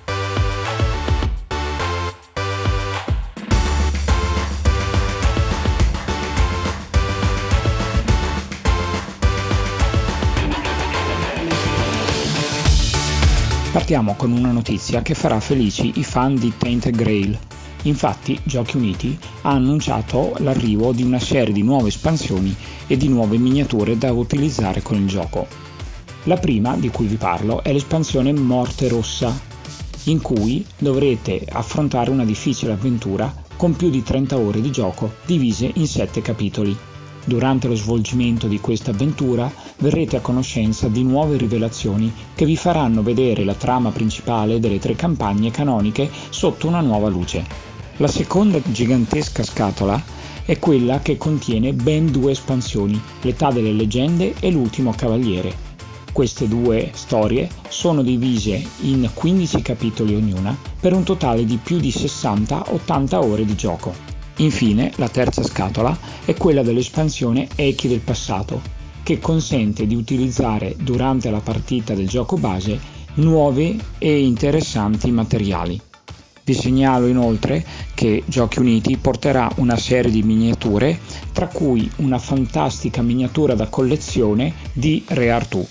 Partiamo con una notizia che farà felici i fan di Tainted Grail. Infatti, Giochi Uniti ha annunciato l'arrivo di una serie di nuove espansioni e di nuove miniature da utilizzare con il gioco. La prima, di cui vi parlo, è l'espansione Morte Rossa, in cui dovrete affrontare una difficile avventura con più di trenta ore di gioco divise in sette capitoli. Durante lo svolgimento di questa avventura verrete a conoscenza di nuove rivelazioni che vi faranno vedere la trama principale delle tre campagne canoniche sotto una nuova luce. La seconda gigantesca scatola è quella che contiene ben due espansioni, l'Età delle Leggende e l'Ultimo Cavaliere. Queste due storie sono divise in quindici capitoli ognuna per un totale di più di sessanta ottanta ore di gioco. Infine, la terza scatola è quella dell'espansione Echi del Passato, che consente di utilizzare durante la partita del gioco base nuovi e interessanti materiali. Vi segnalo inoltre che Giochi Uniti porterà una serie di miniature, tra cui una fantastica miniatura da collezione di Re Artù.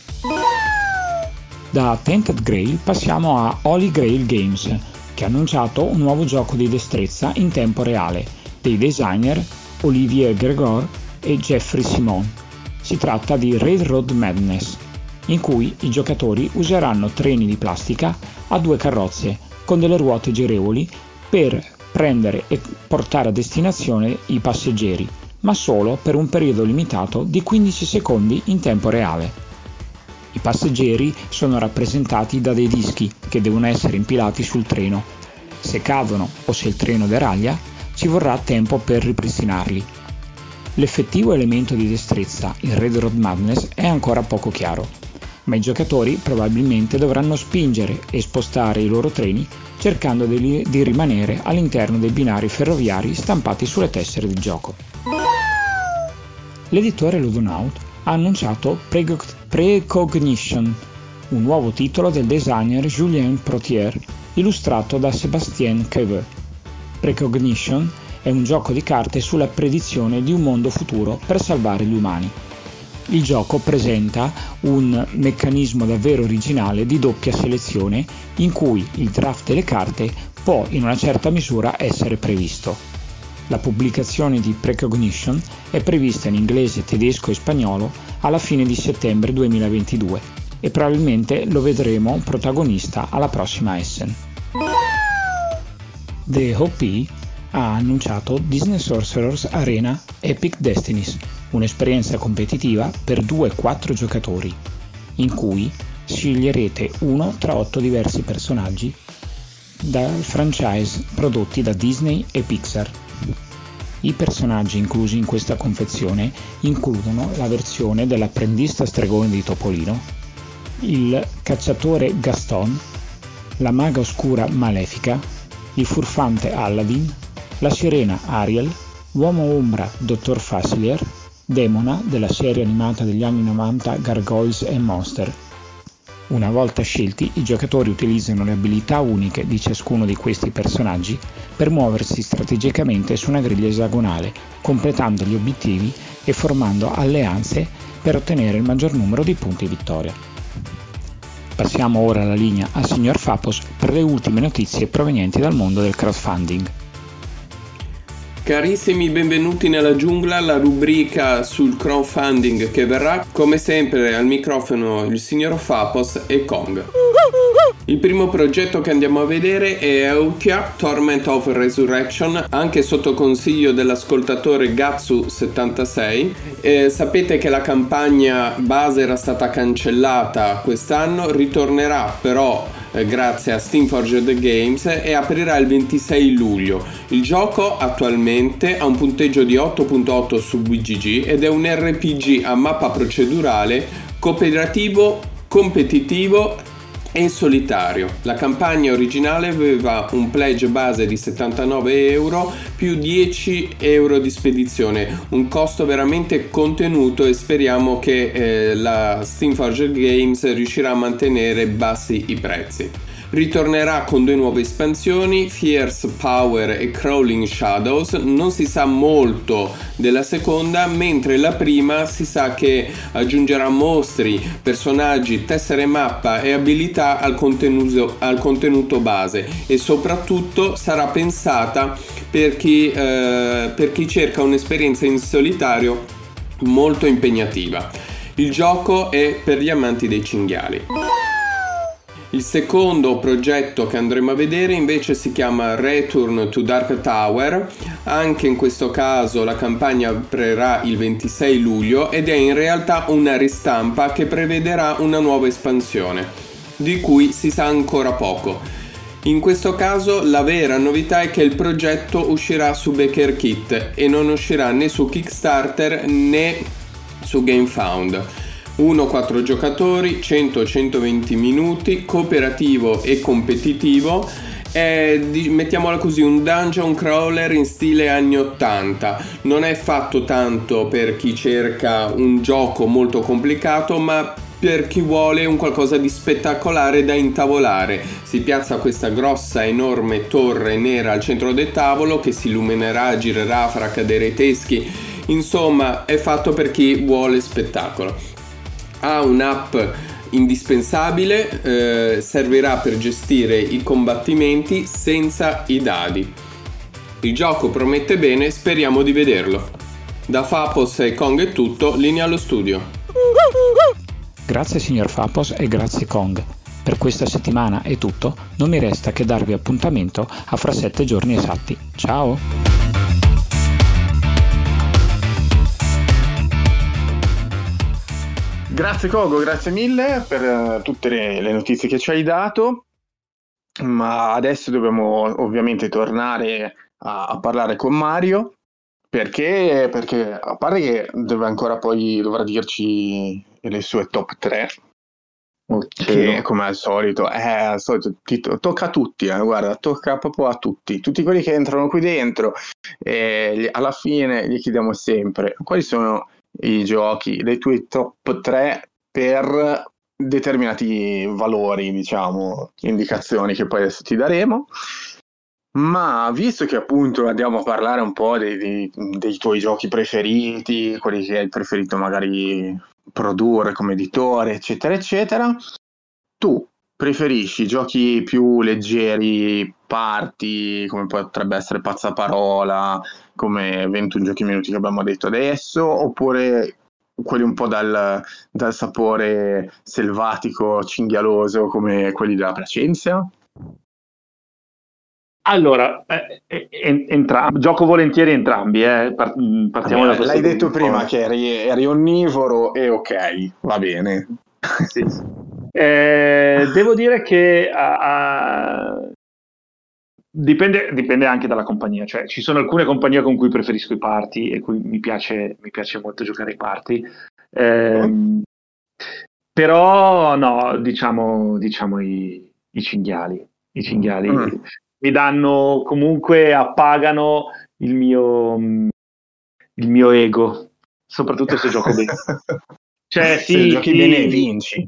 Da Tainted Grail passiamo a Holy Grail Games, che ha annunciato un nuovo gioco di destrezza in tempo reale, dei designer Olivier Gregor e Jeffrey Simon. Si tratta di Railroad Madness, in cui i giocatori useranno treni di plastica a due carrozze con delle ruote girevoli per prendere e portare a destinazione i passeggeri, ma solo per un periodo limitato di quindici secondi in tempo reale. I passeggeri sono rappresentati da dei dischi che devono essere impilati sul treno. Se cadono o se il treno deraglia, ci vorrà tempo per ripristinarli. L'effettivo elemento di destrezza in Railroad Madness è ancora poco chiaro, ma i giocatori probabilmente dovranno spingere e spostare i loro treni cercando di, di rimanere all'interno dei binari ferroviari stampati sulle tessere di gioco. L'editore Ludonaut ha annunciato Precognition, un nuovo titolo del designer Julien Protier, illustrato da Sébastien Queveux. Precognition è un gioco di carte sulla predizione di un mondo futuro per salvare gli umani. Il gioco presenta un meccanismo davvero originale di doppia selezione in cui il draft delle carte può in una certa misura essere previsto. La pubblicazione di Precognition è prevista in inglese, tedesco e spagnolo alla fine di settembre duemilaventidue e probabilmente lo vedremo protagonista alla prossima Essen. The O P ha annunciato Disney Sorcerers Arena Epic Destinies, un'esperienza competitiva per due a quattro giocatori, in cui sceglierete uno tra otto diversi personaggi dal franchise prodotti da Disney e Pixar. I personaggi inclusi in questa confezione includono la versione dell'apprendista stregone di Topolino, il cacciatore Gaston, la maga oscura Malefica, il furfante Aladdin, la sirena Ariel, uomo ombra Dottor Facilier, Demona della serie animata degli anni novanta Gargoyles and Monster. Una volta scelti, i giocatori utilizzano le abilità uniche di ciascuno di questi personaggi per muoversi strategicamente su una griglia esagonale, completando gli obiettivi e formando alleanze per ottenere il maggior numero di punti vittoria. Passiamo ora la linea al signor Fapos per le ultime notizie provenienti dal mondo del crowdfunding. Carissimi, benvenuti nella giungla, la rubrica sul crowdfunding che verrà. Come sempre al microfono il signor Fapos e Kong. Il primo progetto che andiamo a vedere è Eutia Torment of Resurrection, anche sotto consiglio dell'ascoltatore Gatsu settantasei. Eh, sapete che la campagna base era stata cancellata quest'anno, ritornerà però eh, grazie a Steamforged Games e aprirà il ventisei luglio. Il gioco attualmente ha un punteggio di otto virgola otto su B G G ed è un R P G a mappa procedurale, cooperativo, competitivo e solitario. La campagna originale aveva un pledge base di settantanove euro più dieci euro di spedizione, un costo veramente contenuto, e speriamo che eh, la Steamforged Games riuscirà a mantenere bassi i prezzi. Ritornerà con due nuove espansioni, Fierce Power e Crawling Shadows. Non si sa molto della seconda, mentre la prima si sa che aggiungerà mostri, personaggi, tessere mappa e abilità al contenuto, al contenuto base, e soprattutto sarà pensata per chi, eh, per chi cerca un'esperienza in solitario molto impegnativa. Il gioco è per gli amanti dei cinghiali. Il secondo progetto che andremo a vedere invece si chiama Return to Dark Tower. Anche in questo caso la campagna aprirà il ventisei luglio ed è in realtà una ristampa che prevederà una nuova espansione, di cui si sa ancora poco. In questo caso la vera novità è che il progetto uscirà su Baker Kit e non uscirà né su Kickstarter né su GameFound. uno a quattro giocatori, cento centoventi minuti, cooperativo e competitivo. È, mettiamola così, un dungeon crawler in stile anni ottanta. Non è fatto tanto per chi cerca un gioco molto complicato, ma per chi vuole un qualcosa di spettacolare da intavolare. Si piazza questa grossa enorme torre nera al centro del tavolo che si illuminerà, girerà, farà cadere i teschi. Insomma, è fatto per chi vuole spettacolo. Ha un'app indispensabile, eh, servirà per gestire i combattimenti senza i dadi. Il gioco promette bene, speriamo di vederlo. Da Fapos e Kong è tutto, linea allo studio. Grazie signor Fapos e grazie Kong. Per questa settimana è tutto, non mi resta che darvi appuntamento a fra sette giorni esatti. Ciao! Grazie Kogo, grazie mille per uh, tutte le, le notizie che ci hai dato, ma adesso dobbiamo ovviamente tornare a, a parlare con Mario, perché, perché a parte che deve ancora poi dovrà dirci le sue top tre, che come al solito, eh, al solito ti to- tocca a tutti, eh, guarda, tocca proprio a tutti, tutti quelli che entrano qui dentro, e gli, alla fine gli chiediamo sempre quali sono i giochi, dei tuoi top tre per determinati valori, diciamo, indicazioni che poi adesso ti daremo. Ma visto che appunto andiamo a parlare un po' dei, dei, dei tuoi giochi preferiti, quelli che hai preferito magari produrre come editore, eccetera eccetera, tu preferisci giochi più leggeri, party, come potrebbe essere Pazzaparola, come ventuno giochi minuti che abbiamo detto adesso, oppure quelli un po' dal, dal sapore selvatico, cinghialoso, come quelli della Placenza? Allora, eh, eh, entra- gioco volentieri entrambi, eh. Par- partiamo Vabbè, da questo l'hai detto punto. prima che eri, eri onnivoro e ok, va bene. Sì, sì. Eh, devo dire che a- a- dipende, dipende anche dalla compagnia, cioè ci sono alcune compagnie con cui preferisco i party e cui mi piace, mi piace molto giocare ai party. Ehm, Però no, diciamo, diciamo i, i cinghiali. I cinghiali Mm. mi danno comunque, appagano il mio, il mio ego, soprattutto se gioco bene. Cioè, Se sì, giochi sì. bene vinci.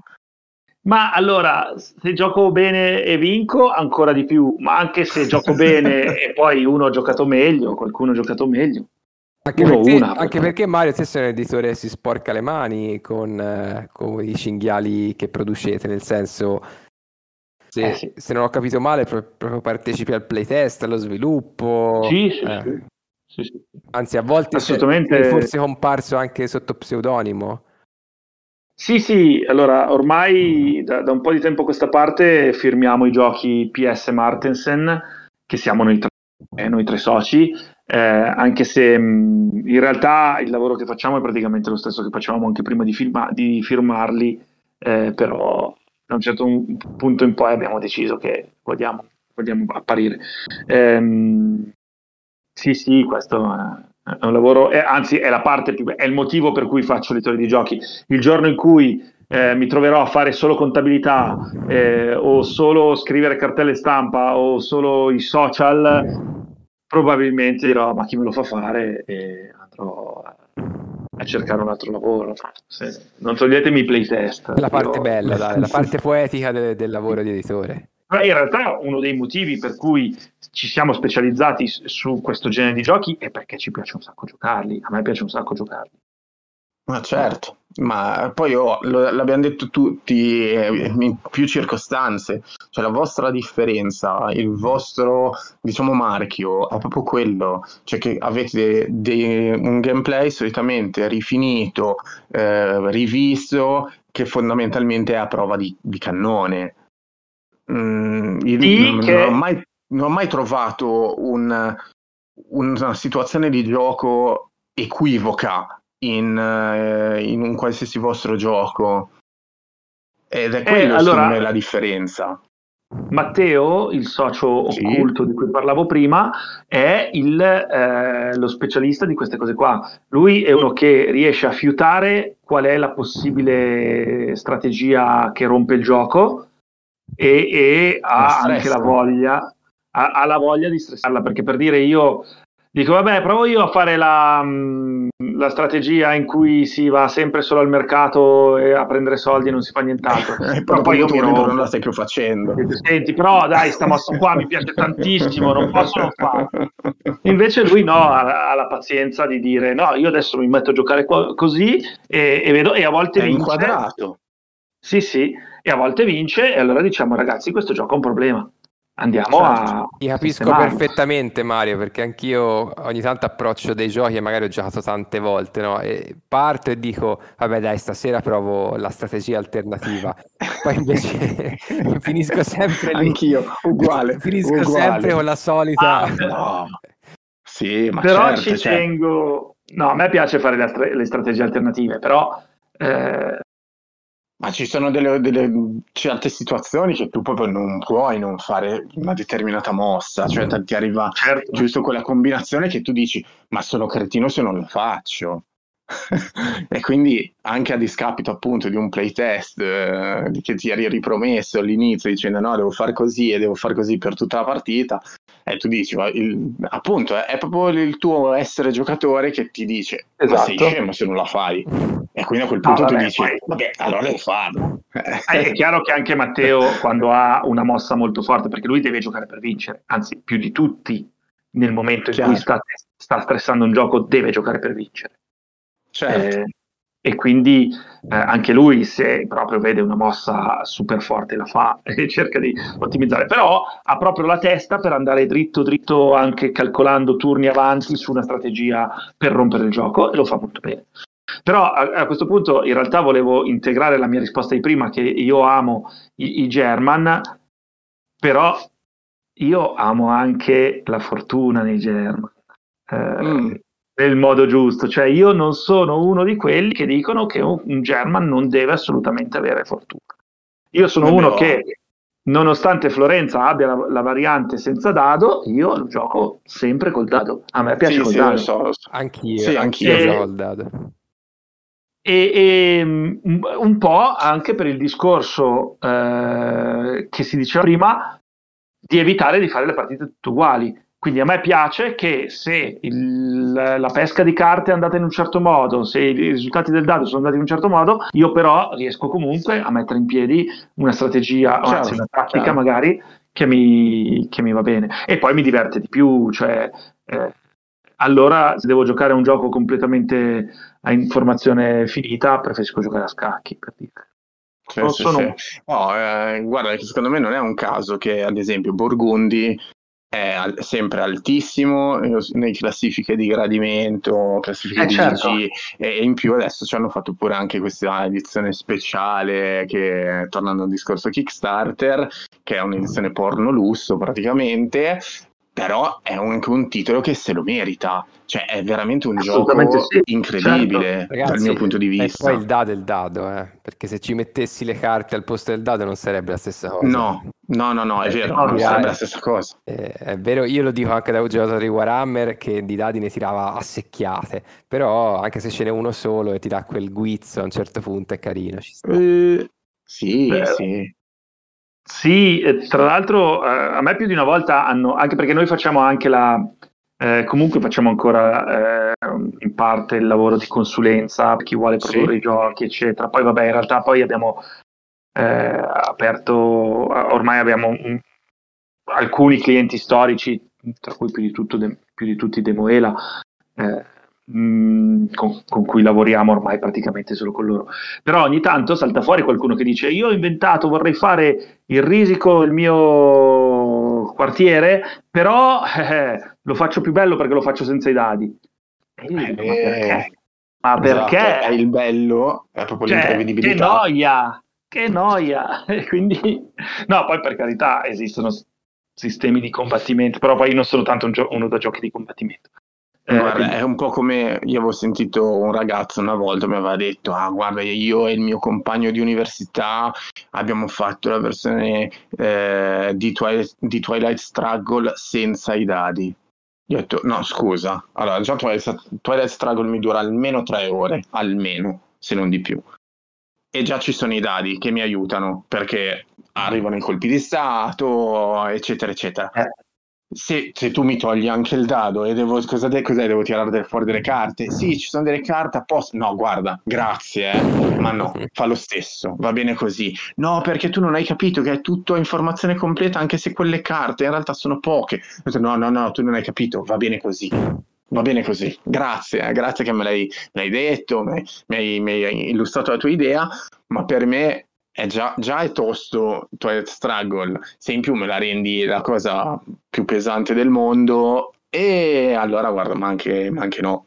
Ma allora, se gioco bene e vinco, ancora di più, ma anche se gioco bene e poi uno ha giocato meglio, qualcuno ha giocato meglio, Anche uno o perché, una. anche perché Mario, te sei un editore che si sporca le mani con, eh, con i cinghiali che producete, nel senso, se, Eh, sì. se non ho capito male, pro- proprio partecipi al playtest, allo sviluppo, Sì, sì, eh, sì. Sì, sì. anzi a volte se- sei Assolutamente. forse comparso anche sotto pseudonimo. Sì, sì, allora ormai da, da un po' di tempo a questa parte firmiamo i giochi P S Martensen, che siamo noi tre, eh, noi tre soci, eh, anche se mh, in realtà il lavoro che facciamo è praticamente lo stesso che facevamo anche prima di, filma- di firmarli, eh, però da un certo un- punto in poi abbiamo deciso che vogliamo, vogliamo apparire. Ehm, sì, sì, questo è è un lavoro, è- anzi è la parte più, è il motivo per cui faccio editori di giochi. Il giorno in cui eh, mi troverò a fare solo contabilità eh, o solo scrivere cartelle stampa o solo i social, probabilmente dirò ma chi me lo fa fare e andrò a, a cercare un altro lavoro. Se- non toglietemi i playtest. È la parte Io... bella, dai, la parte poetica de- del lavoro di editore. Ma in realtà uno dei motivi per cui ci siamo specializzati s- su questo genere di giochi è perché ci piace un sacco giocarli. A me piace un sacco giocarli. Ma certo, ma poi oh, lo- l'abbiamo detto tutti eh, in più circostanze, cioè la vostra differenza, il vostro, diciamo, marchio è proprio quello, cioè che avete de- un gameplay solitamente rifinito, eh, rivisto, che fondamentalmente è a prova di, di cannone. Mm, io Sì, non ho che mai, non ho mai trovato un- una situazione di gioco equivoca in, eh, in un qualsiasi vostro gioco, ed è eh, quello secondo allora me la differenza. Matteo, il socio Sì, occulto di cui parlavo prima, è il, eh, lo specialista di queste cose qua. Lui è uno che riesce a fiutare qual è la possibile strategia che rompe il gioco e, e la ha anche la stressa. voglia, ha, ha la voglia di stressarla, perché per dire io dico, vabbè, provo io a fare la, mh, la strategia in cui si va sempre solo al mercato e a prendere soldi e non si fa nient'altro. E poi Però dopo poi un io mi turno non la rompo. stai più facendo. Senti, però dai, sta mossa qua mi piace tantissimo, non posso non farla. Invece lui no, ha, ha la pazienza di dire no, io adesso mi metto a giocare qua- così e, e vedo, e a volte È vince. inquadrato. Sì, sì, e a volte vince e allora diciamo ragazzi, questo gioco ha un problema. Andiamo Certo. a Ti capisco sistemarlo. perfettamente, Mario, perché anch'io ogni tanto approccio dei giochi e magari ho giocato tante volte, no? E parto e dico, vabbè dai, stasera provo la strategia alternativa. Poi invece finisco sempre lì. Anch'io, uguale, Finisco sempre uguale. con la solita... Ah, No, sì, ma però certo, ci cioè, tengo, no, a me piace fare le, stra- le strategie alternative, però eh, ma ci sono delle, delle certe situazioni che tu proprio non puoi non fare una determinata mossa, cioè ti ti arriva certo. giusto quella combinazione che tu dici, ma sono cretino se non lo faccio. E quindi anche a discapito appunto di un playtest eh, che ti eri ripromesso all'inizio dicendo no, devo fare così e devo fare così per tutta la partita, e tu dici, ma il- appunto è, è proprio il tuo essere giocatore che ti dice, ma sei Esatto. scemo se non la fai. E quindi a quel No, punto tu vabbè, dici, poi vabbè, allora devo farlo. eh, è chiaro che anche Matteo, quando ha una mossa molto forte, perché lui deve giocare per vincere, anzi più di tutti nel momento in cui Chiaro, sta, sta stressando un gioco, deve giocare per vincere. certo. Eh, e quindi eh, anche lui, se proprio vede una mossa super forte, la fa e cerca di ottimizzare, però ha proprio la testa per andare dritto dritto, anche calcolando turni avanti su una strategia per rompere il gioco, e lo fa molto bene. Però a, a questo punto in realtà volevo integrare la mia risposta di prima, che io amo i, i German, però io amo anche la fortuna nei German, eh, Mm. nel modo giusto. Cioè, io non sono uno di quelli che dicono che un, un German non deve assolutamente avere fortuna. Io sono Vabbè, uno oh. che, nonostante Florenza abbia la, la variante senza dado, io lo gioco sempre col dado. A me piace Sì, col sì, dado. lo so, lo so. Anch'io, Sì, anch'io anch'io. gioco al dado. E, e mm, un po' anche per il discorso eh, che si diceva prima di evitare di fare le partite tutte uguali. Quindi a me piace che se il- la pesca di carte è andata in un certo modo, se i risultati del dado sono andati in un certo modo, io però riesco comunque a mettere in piedi una strategia, o anzi Chiaro, una tattica chiaro. magari che mi, che mi va bene. E poi mi diverte di più, cioè eh, allora se devo giocare a un gioco completamente a informazione finita, preferisco giocare a scacchi, per dire. Sì, Non sì, sono... sì. Oh, eh, guarda, che secondo me non è un caso che, ad esempio, Burgundi è al- sempre altissimo eh, nelle classifiche di gradimento, classifiche Eh di certo, G G, e, e in più adesso ci hanno fatto pure anche questa edizione speciale che, tornando al discorso Kickstarter, che è un'edizione porno lusso praticamente, però è un- anche un titolo che se lo merita, cioè è veramente un assolutamente gioco sì, incredibile dal Ragazzi, mio punto di e vista. poi il dado è il dado, eh, perché se ci mettessi le carte al posto del dado non sarebbe la stessa cosa. No, no, no, no, è Eh, vero, no, non no, sarebbe eh. la stessa cosa. Eh, è vero, io lo dico anche da un giocatore di Warhammer che di dadi ne tirava a secchiate, però anche se ce n'è uno solo e ti dà quel guizzo a un certo punto è carino, ci sta. Eh, sì, Beh, sì. sì, e tra l'altro eh, a me più di una volta hanno, anche perché noi facciamo anche la, eh, comunque facciamo ancora eh, in parte il lavoro di consulenza per chi vuole produrre Sì. i giochi, eccetera. Poi vabbè, in realtà poi abbiamo eh, aperto, ormai abbiamo un- alcuni clienti storici, tra cui più di, tutto de- più di tutti Demoela, eh, mh, con, con cui lavoriamo ormai praticamente solo con loro. Però ogni tanto salta fuori qualcuno che dice: io ho inventato, vorrei fare il risico, il mio quartiere, però eh, lo faccio più bello perché lo faccio senza i dadi. E io gli dico: ma perché? Eh, Ma esatto, perché? è il bello, è proprio Cioè, che l'imprevedibilità. noia, che noia. E quindi, no, poi per carità esistono s- sistemi di combattimento, però poi io non sono tanto un gio- uno da giochi di combattimento. Eh, Guarda, quindi- è un po' come io avevo sentito un ragazzo una volta mi aveva detto: ah, guarda, io e il mio compagno di università abbiamo fatto la versione eh, di, Twilight, di Twilight Struggle senza i dadi. Io ho detto: no, scusa, allora già Twilight, Twilight Struggle mi dura almeno tre ore, almeno, se non di più. E già ci sono i dadi che mi aiutano perché arrivano i colpi di stato, eccetera, eccetera. eh, Se, se tu mi togli anche il dado e devo, cosa de- cos'è? Devo tirare de- fuori delle carte? Sì, ci sono delle carte apposta. No, guarda, grazie, eh. Ma no, fa lo stesso, va bene così. No, perché tu non hai capito che è tutto a informazione completa, anche se quelle carte in realtà sono poche. Ho detto, no, no, no, tu non hai capito, va bene così. Va bene così, grazie, eh, grazie che me l'hai, me l'hai detto, mi mi hai, mi hai illustrato la tua idea, ma per me è già, già è tosto Twilight Struggle, se in più me la rendi la cosa più pesante del mondo, e allora guarda, ma anche, ma anche no.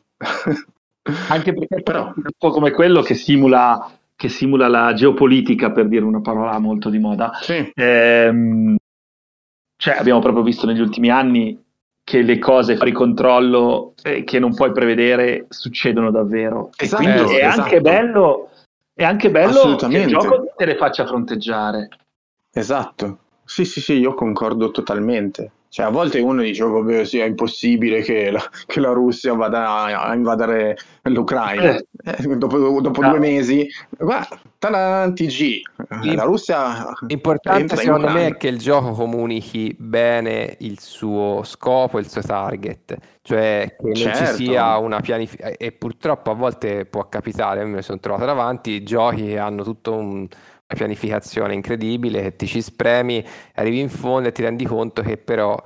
anche perché Però, è un po' come quello che simula, che simula la geopolitica, per dire una parola molto di moda. sì, Ehm, cioè, abbiamo proprio visto negli ultimi anni che le cose fuori controllo eh, che non puoi prevedere succedono davvero. E esatto, quindi è anche esatto, bello, è anche bello che il assolutamente, gioco te le faccia fronteggiare. esatto. Sì, sì, sì, io concordo totalmente. Cioè, a volte uno dice, oh, vabbè, sì, è impossibile che la, che la Russia vada a, a invadere l'Ucraina. Eh, Eh, dopo, dopo due mesi, guarda, tadan, T G, la Russia L'importante entra in secondo me è Ucraina. che il gioco comunichi bene il suo scopo, il suo target, cioè che non ci sia Certo, una pianificazione, e purtroppo a volte può capitare, me ne sono trovato davanti, giochi che hanno tutta un- una pianificazione incredibile, che ti ci spremi, arrivi in fondo e ti rendi conto che però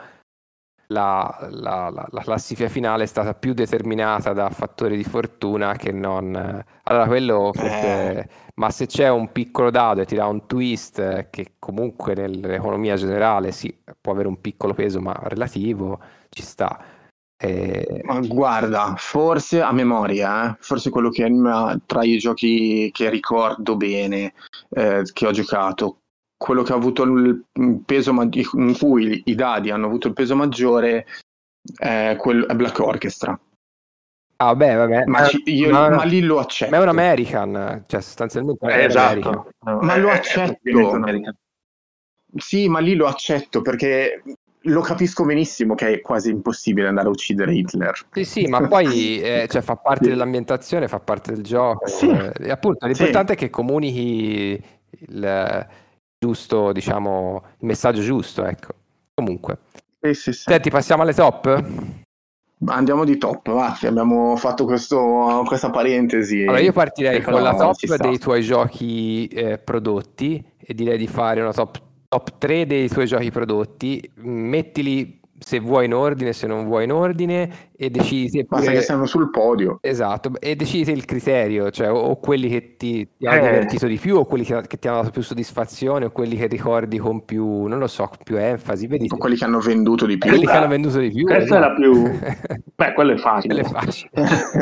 la, la- la- la classifica finale è stata più determinata da fattori di fortuna che non... Allora quello eh, forse... Ma se c'è un piccolo dado e ti dà un twist eh, che comunque nell'economia generale sì, può avere un piccolo peso, ma relativo, ci sta. Eh, ma guarda, forse a memoria, eh, forse quello che ma, tra i giochi che ricordo bene, eh, che ho giocato, quello che ha avuto il peso ma- in cui i dadi hanno avuto il peso maggiore è, quello, è Black Orchestra. Ah, beh, vabbè. Ma, ci, io, ma, ma lì lo accetto. Ma è un American, cioè sostanzialmente è Eh, un esatto. American. No, Ma è- lo è accetto. praticamente un American. Sì, ma lì lo accetto perché lo capisco benissimo che è quasi impossibile andare a uccidere Hitler. Sì, sì, ma poi eh, cioè, fa parte Sì. dell'ambientazione, fa parte del gioco. Sì. eh, e appunto Sì. l'importante è che comunichi il giusto, diciamo, il messaggio giusto, ecco. Comunque. Sì, sì, sì. Senti, passiamo alle top? Andiamo di top, va. Abbiamo fatto questo, questa parentesi. Allora io partirei Però con la top ci sta. dei tuoi giochi eh, prodotti e direi di fare una top, top tre dei tuoi giochi prodotti. Mettili se vuoi in ordine, se non vuoi in ordine e decidi se Basta pure- che siano sul podio. Esatto, e decidi il criterio, cioè o, o quelli che ti, ti hanno Eh. divertito di più o quelli che, che ti hanno dato più soddisfazione o quelli che ricordi con più, non lo so, con più enfasi, vedi O se- quelli che hanno venduto di più. quelli che hanno venduto di più. Questa è la esatto. più... Beh, quello è facile. Quello è facile.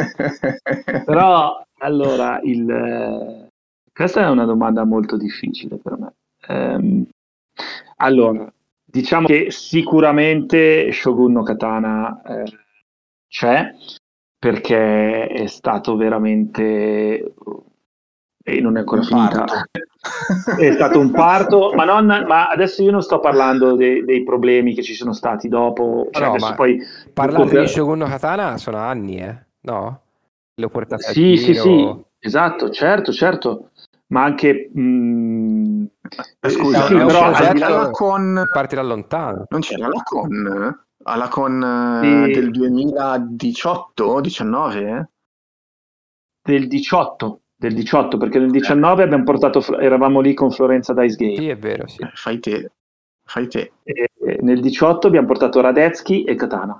Però, allora, il, eh, questa è una domanda molto difficile per me. Ehm, allora, diciamo che sicuramente Shogun no Katana eh, c'è, perché è stato veramente... E non è ancora Un finita. parto. È stato un parto, ma, non, ma adesso io non sto parlando dei, dei problemi che ci sono stati dopo. Cioè No, adesso ma poi parlare dopo- di Shogun no Katana sono anni, eh? No? L'ho portato a Sì, sì, giro. sì, esatto, certo, certo, ma anche mh, Eh, scusa, sì, sì, è un però al di progetto là la con... che parte da lontano. Non c'era la con? Alla con eh, Sì. del duemiladiciotto diciannove? del diciotto, del diciotto, perché nel diciannove abbiamo portato, eravamo lì con Florenza Dice Game, Sì, è vero, sì. Eh, fai te. Fai te. e nel diciotto abbiamo portato Radetzky e Katana.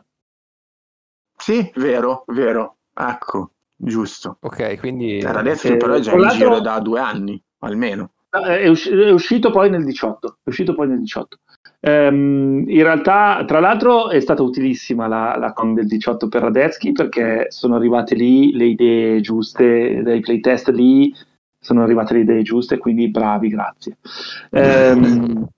Sì, vero, vero. Ecco, giusto. Ok, quindi Era detto, Eh, però è già tra in l'altro- giro da due anni, almeno. È, usci- è uscito poi nel diciotto, è uscito poi nel diciotto. Ehm, in realtà, tra l'altro, è stata utilissima la, la con del diciotto per Radetzky, perché sono arrivate lì le idee giuste, dai playtest lì sono arrivate le idee giuste, quindi bravi, grazie. Ehm,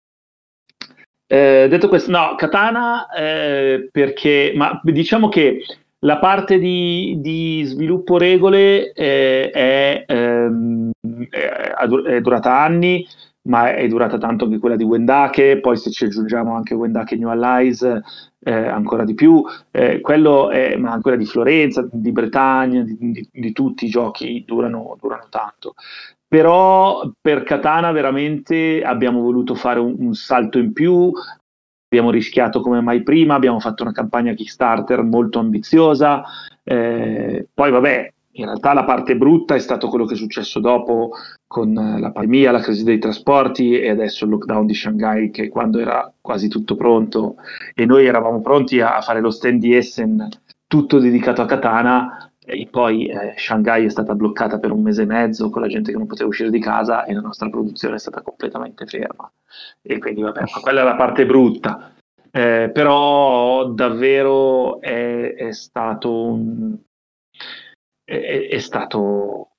eh, detto questo, no, Katana eh, perché, ma diciamo che la parte di, di sviluppo regole eh, è, ehm, è, è durata anni, ma è durata tanto anche quella di Wendake, poi se ci aggiungiamo anche Wendake New Allies eh, ancora di più, eh, quello è, ma quella di Florenza, di Bretagna, di, di, di tutti i giochi durano, durano tanto. Però per Katana veramente abbiamo voluto fare un, un salto in più, abbiamo rischiato come mai prima, abbiamo fatto una campagna Kickstarter molto ambiziosa, eh, poi vabbè, in realtà la parte brutta è stato quello che è successo dopo con la pandemia, la crisi dei trasporti e adesso il lockdown di Shanghai, che quando era quasi tutto pronto e noi eravamo pronti a fare lo stand di Essen tutto dedicato a Katana, e poi eh, Shanghai è stata bloccata per un mese e mezzo con la gente che non poteva uscire di casa e la nostra produzione è stata completamente ferma. E quindi vabbè, ma quella è la parte brutta. Eh, però davvero è, è stato un, è, è stato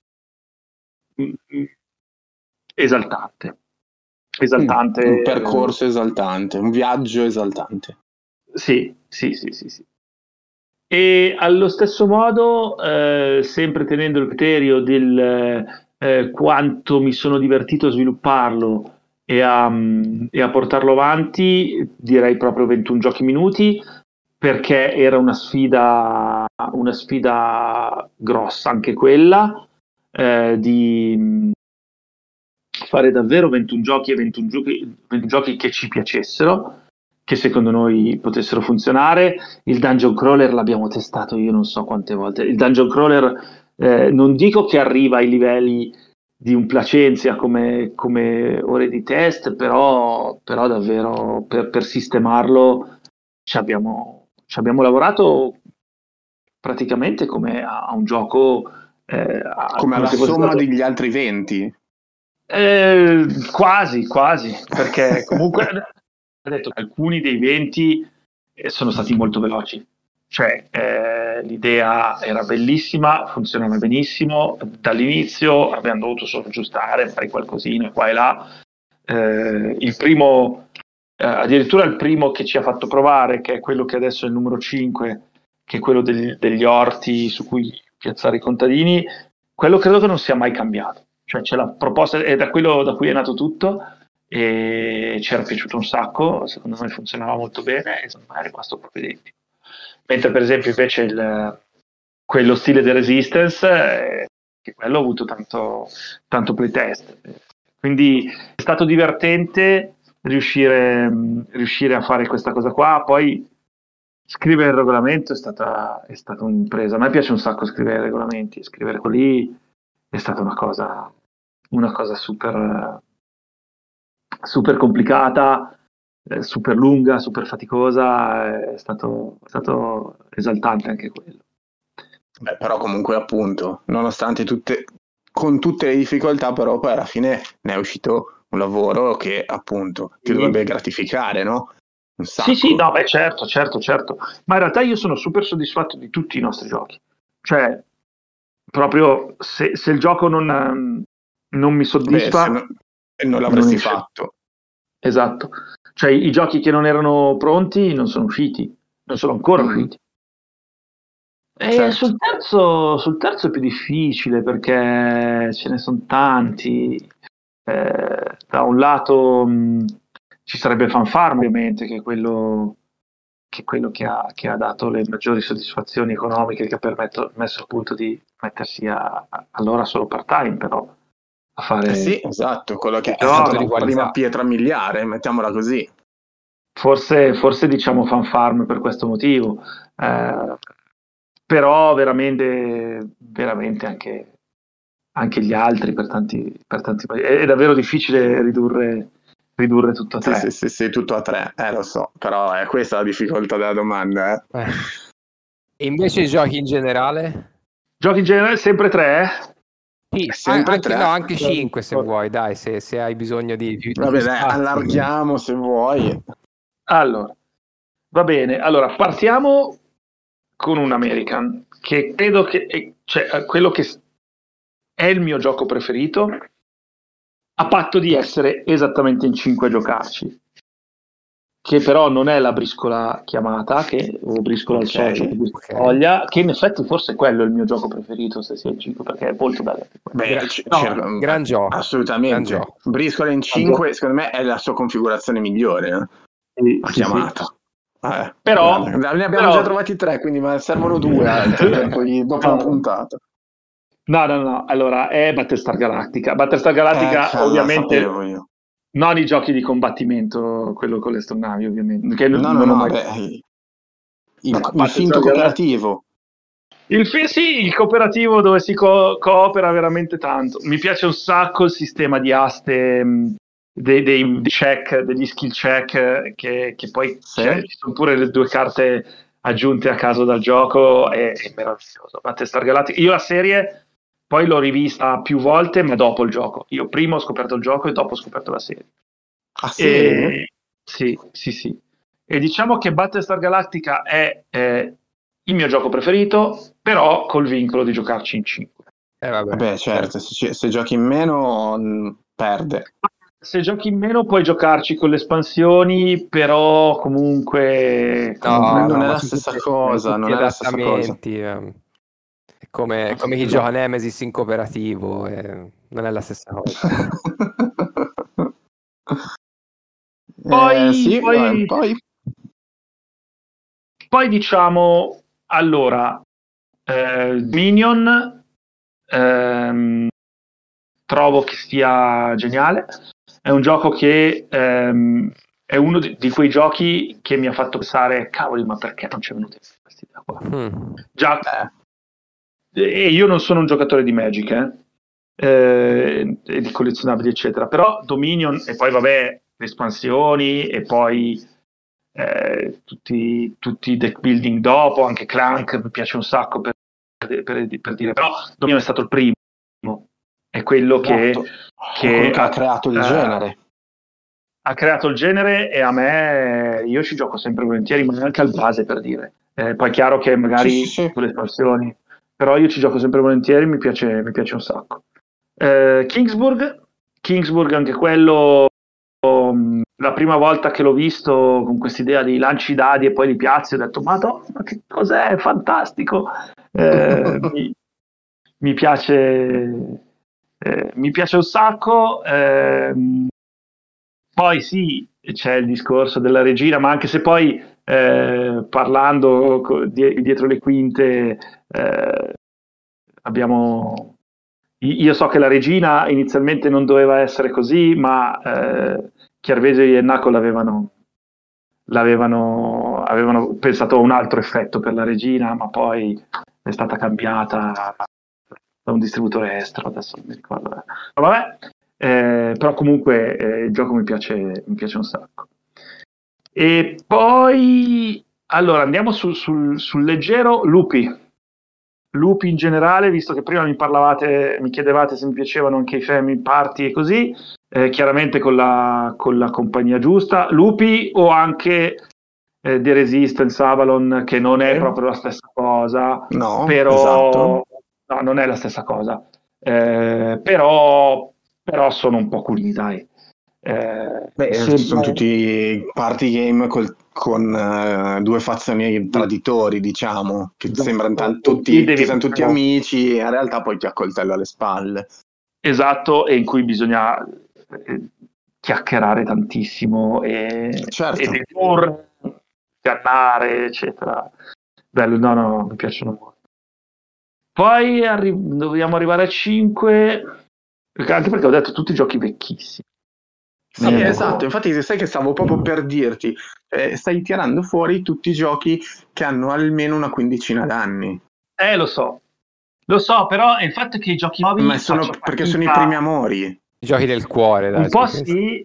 esaltante. Esaltante. Un percorso esaltante, un viaggio esaltante. Sì, sì, sì, sì, sì. E allo stesso modo, eh, sempre tenendo il criterio del eh, quanto mi sono divertito a svilupparlo e a, e a portarlo avanti, direi proprio ventuno giochi minuti, perché era una sfida, una sfida grossa anche quella, eh, di fare davvero ventuno giochi e ventuno giochi, ventuno giochi che ci piacessero, che secondo noi potessero funzionare. Il dungeon crawler l'abbiamo testato io non so quante volte. Il dungeon crawler eh, non dico che arriva ai livelli di un Placenzia come, come ore di test, però, però davvero per, per sistemarlo ci abbiamo, ci abbiamo lavorato praticamente come a, a un gioco eh, a, Come alla se fosse somma stato- degli altri venti. eh, quasi, quasi, perché comunque ha detto che alcuni dei venti eh, sono stati molto veloci, cioè eh, l'idea era bellissima, funzionava benissimo dall'inizio, abbiamo dovuto solo aggiustare, fare qualcosina qua e là, eh, il primo, eh, addirittura il primo che ci ha fatto provare, che è quello che adesso è il numero cinque, che è quello degli, degli orti su cui piazzare i contadini, quello credo che non sia mai cambiato. Cioè c'è la proposta, è da quello da cui è nato tutto, e ci era piaciuto un sacco, secondo noi funzionava molto bene e secondo me è rimasto proprio identico. Mentre per esempio invece il, quello stile di Resistance, eh, che quello ha avuto tanto, tanto playtest. Quindi è stato divertente riuscire, riuscire a fare questa cosa qua. Poi scrivere il regolamento è stata, è stata un'impresa. A me piace un sacco scrivere i regolamenti, scrivere quelli è stata una cosa, una cosa super, super complicata, eh, super lunga, super faticosa. È stato, è stato esaltante anche quello. Beh, però comunque appunto, nonostante tutte, con tutte le difficoltà, però poi alla fine ne è uscito un lavoro che appunto ti dovrebbe gratificare, no? Un sacco. Sì, sì, no, beh, certo, certo, certo. Ma in realtà io sono super soddisfatto di tutti i nostri giochi. Cioè, proprio se, se il gioco non, non mi soddisfa... Beh, se no, non l'avresti non fatto. Esatto. Cioè, i giochi che non erano pronti non sono usciti, non sono ancora Mm. usciti. E Certo. sul terzo, sul terzo è più difficile perché ce ne sono tanti. Eh, da un lato mh, ci sarebbe Fanfarm, ovviamente, che è quello che, è quello che, ha, che ha dato le maggiori soddisfazioni economiche, che ha permetto, messo a punto di mettersi a, a- allora solo part-time, però a fare... Eh sì, esatto, quello che è No, stata di la qualità. prima pietra miliare, mettiamola così. Forse, forse diciamo Fanfarm per questo motivo, eh, però veramente, veramente anche, anche gli altri per tanti, per tanti è, è davvero difficile ridurre, ridurre tutto a Sì, tre. sì, sì, sì, tutto a tre, eh lo so, però è questa la difficoltà della domanda, eh. Eh. E invece i giochi in generale? Giochi in generale sempre tre? Sì, Sempre anche, tre. no, anche cinque se vuoi, dai, se, se hai bisogno di più, di più Vabbè, dai, spazio. allarghiamo se vuoi. Allora, va bene, allora partiamo con un American, che credo che è, cioè, quello che è il mio gioco preferito, a patto di essere esattamente in cinque a giocarci, che però non è la briscola chiamata, che, o briscola al Ok, socio, che ok. voglia, che in effetti forse quello è il mio gioco preferito, se sia in cinque, perché è molto bello. Beh, Gra- c- no, c'era- gran gioco, gran assolutamente. gioco. Briscola in cinque, secondo me, è la sua configurazione migliore, eh? Sì, La sì, chiamata. sì. Eh, Però- guarda, ne abbiamo però- già trovati tre, quindi ma servono due altri per poi, dopo No. una puntata. No, no, no, allora è Battlestar Galactica. Battlestar Eh, Galactica, cavolo, ovviamente, la sapevo io. non i giochi di combattimento, quello con le astronavi, ovviamente. Che No, no, non ho no, mai... beh, il, il Battlestar finto Galactica. cooperativo. Il, fi- sì, il cooperativo dove si co- coopera veramente tanto. Mi piace un sacco il sistema di aste, mh, dei, dei check, degli skill check, eh, che, che poi Sì. cioè, ci sono pure le due carte aggiunte a caso dal gioco. È, è meraviglioso. Battlestar Galactica. Io la serie poi l'ho rivista più volte, ma dopo il gioco. Io prima ho scoperto il gioco e dopo ho scoperto la serie. Ah, sì? E, sì, sì, sì. E diciamo che Battlestar Galactica è eh, il mio gioco preferito, però col vincolo di giocarci in cinque. Eh, vabbè, Vabbè, certo, se, ci- se giochi in meno mh, perde. Se giochi in meno puoi giocarci con le espansioni, però comunque... No, non no, è ma la sono stessa tutti- cosa, tutti non è la stessa cosa. adattamenti, ehm, è come, come chi gioca Nemesis in cooperativo, eh, non è la stessa cosa. Poi, Eh, sì, poi, eh, poi poi diciamo, allora, eh, Minion ehm, trovo che sia geniale. È un gioco che ehm, è uno di, di quei giochi che mi ha fatto pensare, cavoli, ma perché non ci è venuta questa idea qua? Mm. Già, eh, e io non sono un giocatore di Magic, eh, eh, e di collezionabili, eccetera, però Dominion e poi vabbè, le espansioni e poi eh, tutti, tutti i deck building dopo, anche Clank mi piace un sacco per, per, per dire, però Dominion è stato il primo, è quello che, esatto. che È quello che ha creato il eh, genere. ha creato il genere e a me io ci gioco sempre volentieri, ma anche al base, per dire. Eh, poi è chiaro che magari Sì, sì, sì. con le espansioni, però io ci gioco sempre volentieri, mi piace, mi piace un sacco. Eh, Kingsburg, Kingsburg anche quello um, la prima volta che l'ho visto con quest'idea di lanci i dadi e poi li piazzi, ho detto Madonna, che cos'è? Fantastico! Eh, mi, mi piace eh, mi piace un sacco. Eh, poi sì, c'è il discorso della regina, ma anche se poi eh, parlando co- die- dietro le quinte eh, abbiamo io so che la regina inizialmente non doveva essere così, ma eh, Chiarvesio e Iennaco l'avevano, l'avevano avevano pensato a un altro effetto per la regina, ma poi è stata cambiata da un distributore estero, adesso non mi ricordo. Ma vabbè, eh, però comunque eh, il gioco mi piace, mi piace un sacco. E poi, allora, andiamo su, sul, sul leggero, Lupi. Lupi in generale, visto che prima mi parlavate, mi chiedevate se mi piacevano anche i family party e così, eh, chiaramente con la, con la compagnia giusta. Lupi o anche eh, The Resistance, Avalon, che non è Eh? proprio la stessa cosa, No, però esatto. no, non è la stessa cosa, eh, però, però sono un po' culini, dai. Eh, Beh, sempre- sono tutti party game col- con eh, due fazioni traditori, diciamo, che Esatto. sembrano tan- Sì, tutti, devi che siano tutti proprio- amici, e in realtà poi ti accoltello alle spalle. Esatto, e in cui bisogna eh, chiacchierare tantissimo e, Certo. e dedurre, scannare, eccetera. Bello, no, no, no, mi piacciono molto. Poi arri- dobbiamo arrivare a cinque, anche perché ho detto tutti giochi vecchissimi. Sì, Eh, esatto, infatti sai che stavo proprio per dirti, eh, stai tirando fuori tutti i giochi che hanno almeno una quindicina d'anni. Eh, lo so, lo so, però il fatto è che i giochi nuovi Ma sono faccio perché sono i fatica- primi amori. I giochi del cuore, dai. Un po' su questo. sì,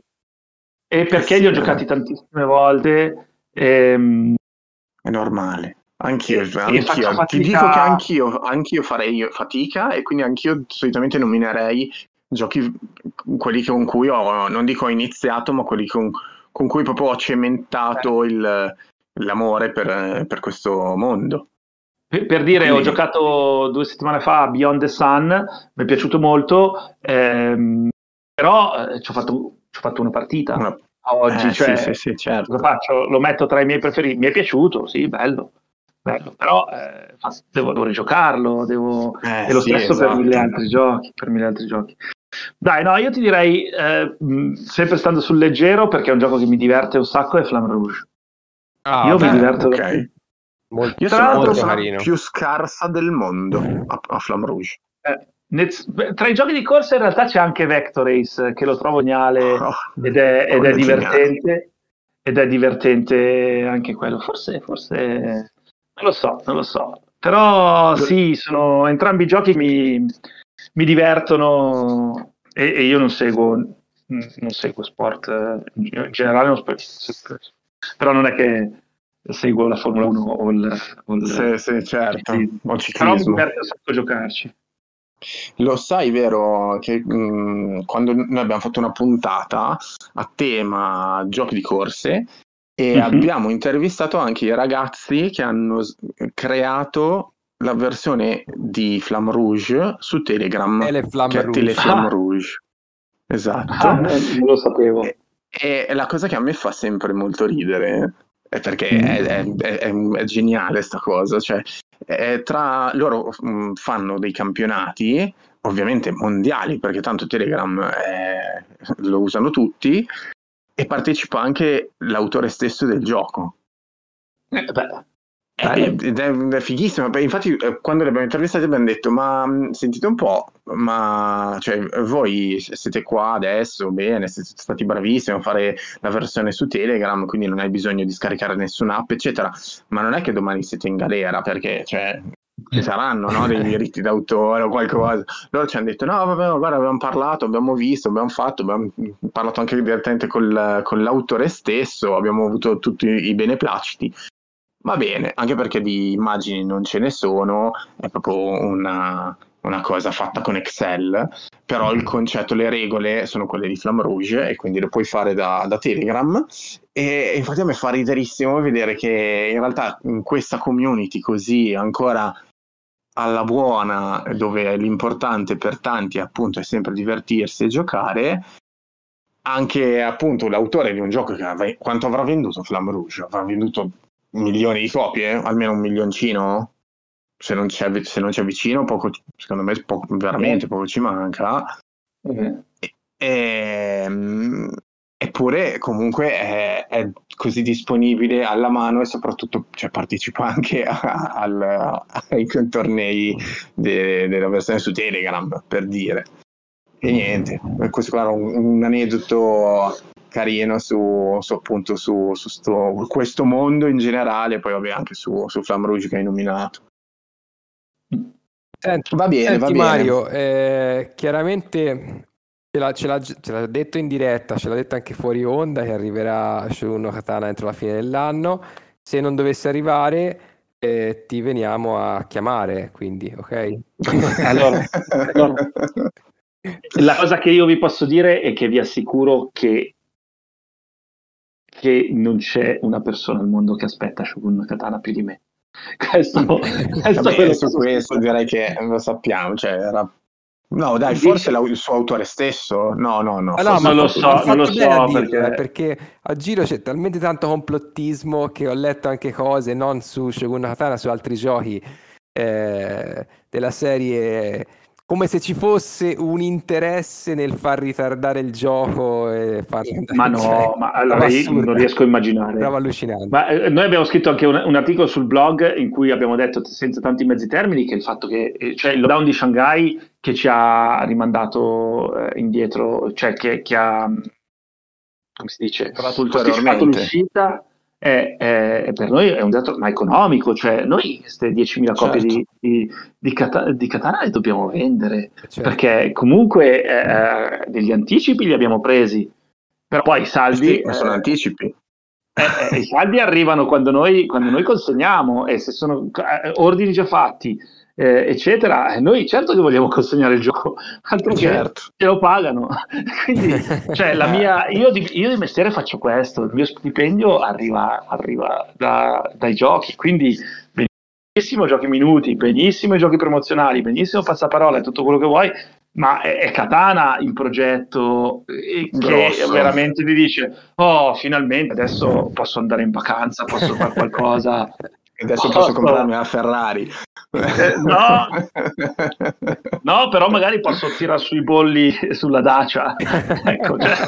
e perché sì, li ho eh. giocati tantissime volte. ehm, È normale. Anch'io, E- e anch'io. faccio Ti fatica- dico che anch'io, anch'io farei fatica e quindi anch'io solitamente nominerei giochi, quelli con cui ho, non dico ho iniziato, ma quelli con, con cui proprio ho cementato il, l'amore per, per questo mondo. Per, per dire, ho Quindi- giocato due settimane fa a Beyond the Sun, mi è piaciuto molto, ehm, però eh, ci ho fatto, ci ho fatto una partita Una- a oggi, eh, cioè, sì, sì, sì, certo. cosa faccio? Lo metto tra i miei preferiti, mi è piaciuto, sì, bello, bello, però eh, fa- devo, devo rigiocarlo, devo... Eh, e lo sì, stesso per esatto. mille altri giochi, per mille altri giochi. Dai, no, io ti direi, eh, mh, sempre stando sul leggero, perché è un gioco che mi diverte un sacco, è Flamme Rouge. Ah, Io mi beh, diverto ok. veramente. molto, Io Tra sono la l'altro- persona carino. più scarsa del mondo a, a Flamme Rouge. Eh, nel- beh, tra i giochi di corsa in realtà c'è anche Vector Race, che lo trovo geniale Oh, ed è, ed è quello è divertente, ed è divertente anche quello. Forse, forse, non lo so, non lo so. Però sì, sono entrambi i giochi mi, mi divertono e, e io non seguo, non seguo sport, eh, in generale non seguo, però non è che seguo la Formula uno o il, o il Sì, sì, certo. ciclismo. O Però mi ciclismo. diverte un sacco giocarci. Lo sai, vero, che mh, quando noi abbiamo fatto una puntata a tema giochi di corse e Mhm. abbiamo intervistato anche i ragazzi che hanno s- creato la versione di Flamme Rouge su Telegram, Teleflamme che è Rouge. Teleflamme Ah. Rouge. Esatto. Ah, non, non lo sapevo. E, e la cosa che a me fa sempre molto ridere è perché Mm. è, è- è- è- è geniale sta cosa, cioè è tra loro mh, fanno dei campionati, ovviamente mondiali, perché tanto Telegram è- lo usano tutti, e partecipa anche l'autore stesso del gioco. Eh, beh, Eh, bello. Ed è, è fighissimo. Beh, infatti, eh, quando li abbiamo intervistati abbiamo detto: Ma mh, sentite un po', ma cioè, voi siete qua adesso, bene, siete stati bravissimi a fare la versione su Telegram, quindi non hai bisogno di scaricare nessuna app, eccetera. Ma non è che domani siete in galera, perché cioè, ci saranno, no, dei diritti d'autore o qualcosa. Loro ci hanno detto: No, vabbè, guarda, abbiamo parlato, abbiamo visto, abbiamo fatto, abbiamo parlato anche direttamente col, con l'autore stesso, abbiamo avuto tutti i beneplaciti. Va bene, anche perché di immagini non ce ne sono, è proprio una, una cosa fatta con Excel, però il concetto, le regole sono quelle di Flamme Rouge e quindi lo puoi fare da, da Telegram. E infatti a me fa riderissimo vedere che in realtà in questa community così ancora alla buona, dove l'importante per tanti appunto è sempre divertirsi e giocare, anche appunto l'autore di un gioco che aveva, quanto avrà venduto Flamme Rouge? Avrà venduto milioni di copie, almeno un milioncino, se non c'è, se non c'è vicino, poco, secondo me poco, veramente poco ci manca. Mm-hmm. E, e, eppure comunque è, è così disponibile alla mano, e soprattutto cioè, partecipa anche a, al, ai tornei de, della versione su Telegram, per dire. E niente, questo era un, un aneddoto carino su, su appunto su, su sto, questo mondo in generale, poi vabbè anche su, su Flamme Rouge che hai nominato. Senti, va bene, senti, va bene. Mario, eh, chiaramente ce l'ha, ce, l'ha, ce l'ha detto in diretta, ce l'ha detto anche fuori onda che arriverà Shogun no Katana entro la fine dell'anno. Se non dovesse arrivare, eh, ti veniamo a chiamare, quindi, ok? allora, allora, la cosa che io vi posso dire è che vi assicuro che che non c'è una persona al mondo che aspetta Shogun no Katana più di me. Questo, questo Vabbè, su questo direi che lo sappiamo, cioè era... no dai, forse la, il suo autore stesso, no no no, ah, no ma non lo so, non lo so dirlo, perché... Eh, perché a giro c'è talmente tanto complottismo che ho letto anche cose non su Shogun no Katana, su altri giochi eh, della serie, come se ci fosse un interesse nel far ritardare il gioco e farlo andare, ma no, cioè, ma allora io non riesco a immaginare. Bravo, allucinante. Ma eh, noi abbiamo scritto anche un, un articolo sul blog in cui abbiamo detto senza tanti mezzi termini che il fatto che cioè il lockdown di Shanghai che ci ha rimandato eh, indietro, cioè che, che ha, come si dice, posticipato l'uscita è, è, è per noi è un dato ma economico, cioè noi queste diecimila copie certo. di, di, di, Katana, di Katana le dobbiamo vendere, certo. Perché comunque eh, degli anticipi li abbiamo presi, però poi i saldi... Sì, sono eh, anticipi. Eh, eh, i saldi arrivano quando noi, quando noi consegniamo, e se sono eh, ordini già fatti, eh, eccetera, noi certo che vogliamo consegnare il gioco, altro certo. Che ce lo pagano. Quindi, cioè, la mia, io, di, io di mestiere faccio questo, il mio stipendio arriva, arriva da, dai giochi, quindi benissimo giochi minuti, benissimo i giochi promozionali, benissimo passaparola e tutto quello che vuoi, ma è, è Katana il progetto eh, che veramente ti dice oh finalmente adesso posso andare in vacanza, posso fare qualcosa, adesso posso, posso comprarmi una Ferrari. Eh, no, no, però magari posso tirare sui bolli sulla Dacia. Ecco, cioè.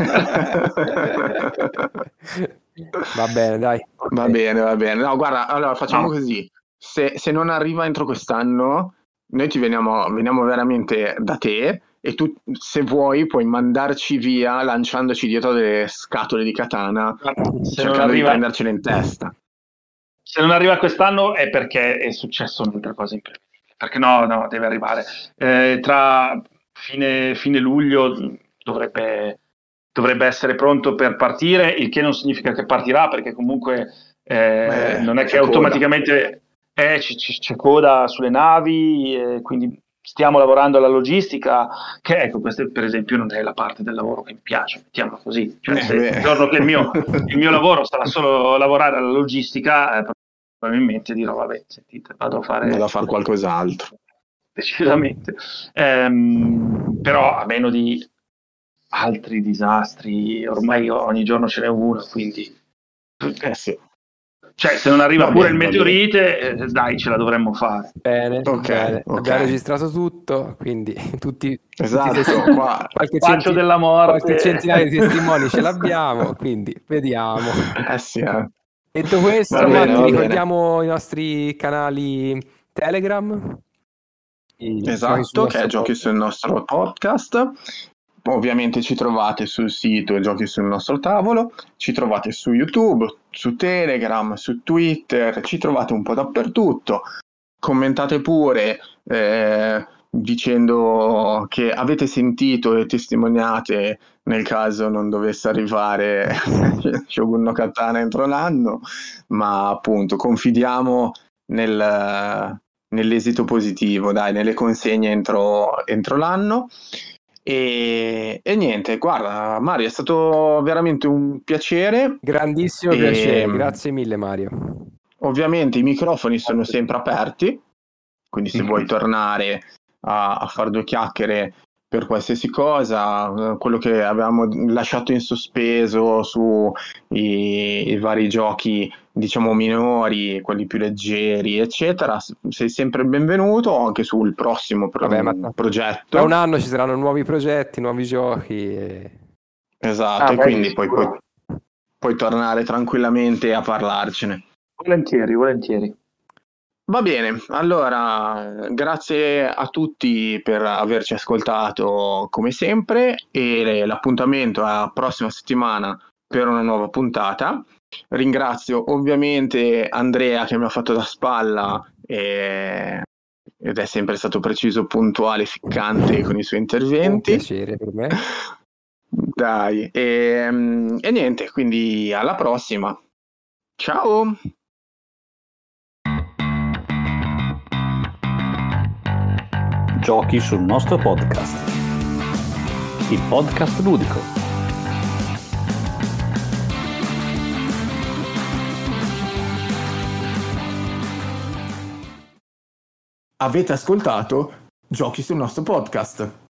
Va bene, dai. Va bene, va bene. No, guarda, allora facciamo no. così. Se, se non arriva entro quest'anno, noi ti veniamo, veniamo veramente da te e tu, se vuoi, puoi mandarci via lanciandoci dietro delle scatole di Katana, se cercando arriva... di prendercele in testa. Se non arriva quest'anno è perché è successo un'altra cosa imprevedibile. Perché no, no, deve arrivare. Eh, tra fine, fine luglio dovrebbe, dovrebbe essere pronto per partire, il che non significa che partirà, perché comunque eh, eh, non è che automaticamente eh, c- c- c'è coda sulle navi, eh, quindi stiamo lavorando alla logistica, che ecco, questa per esempio non è la parte del lavoro che mi piace, mettiamola così. Cioè, se il giorno che il mio, il mio lavoro sarà solo lavorare alla logistica, eh, probabilmente dirò vabbè, sentite, vado a fare vado a fare qualcos'altro, decisamente, ehm, però a meno di altri disastri ormai ogni giorno ce n'è uno, quindi eh sì. Cioè, se non arriva va pure bene, il meteorite, eh, dai, ce la dovremmo fare. Bene, ok, bene. Okay. Abbiamo registrato tutto, quindi tutti, esatto, tutti tutti qua. qualche, centi- della morte. qualche centinaio di testimoni ce l'abbiamo, quindi vediamo. Eh sì, eh. Detto questo, va bene, Matti, va ricordiamo bene. I nostri canali Telegram. Esatto, che è Giochi sul nostro podcast. Ovviamente ci trovate sul sito Giochi sul nostro tavolo, ci trovate su YouTube, su Telegram, su Twitter, ci trovate un po' dappertutto. Commentate pure eh, dicendo che avete sentito e testimoniate nel caso non dovesse arrivare Shogun no Katana entro l'anno, ma appunto confidiamo nel, nell'esito positivo, dai, nelle consegne entro, entro l'anno. E, e niente, guarda Mario, è stato veramente un piacere. Grandissimo e, piacere, grazie mille Mario. Ovviamente i microfoni sono sempre aperti, quindi se vuoi tornare a, a fare due chiacchiere per qualsiasi cosa, quello che avevamo lasciato in sospeso su i, i vari giochi, diciamo, minori, quelli più leggeri, eccetera. Sei sempre benvenuto anche sul prossimo pro- Vabbè, ma progetto. tra un anno ci saranno nuovi progetti, nuovi giochi. E... Esatto, Ah, e beh, quindi poi sicuro. puoi, puoi tornare tranquillamente a parlarcene. Volentieri, volentieri. Va bene, allora grazie a tutti per averci ascoltato come sempre e l'appuntamento è la prossima settimana per una nuova puntata. Ringrazio ovviamente Andrea che mi ha fatto da spalla e... ed è sempre stato preciso, puntuale, ficcante con i suoi Un interventi. piacere per me. Dai, e, e niente, quindi alla prossima. Ciao! Giochi sul nostro podcast. Il podcast ludico. Avete ascoltato Giochi sul nostro podcast.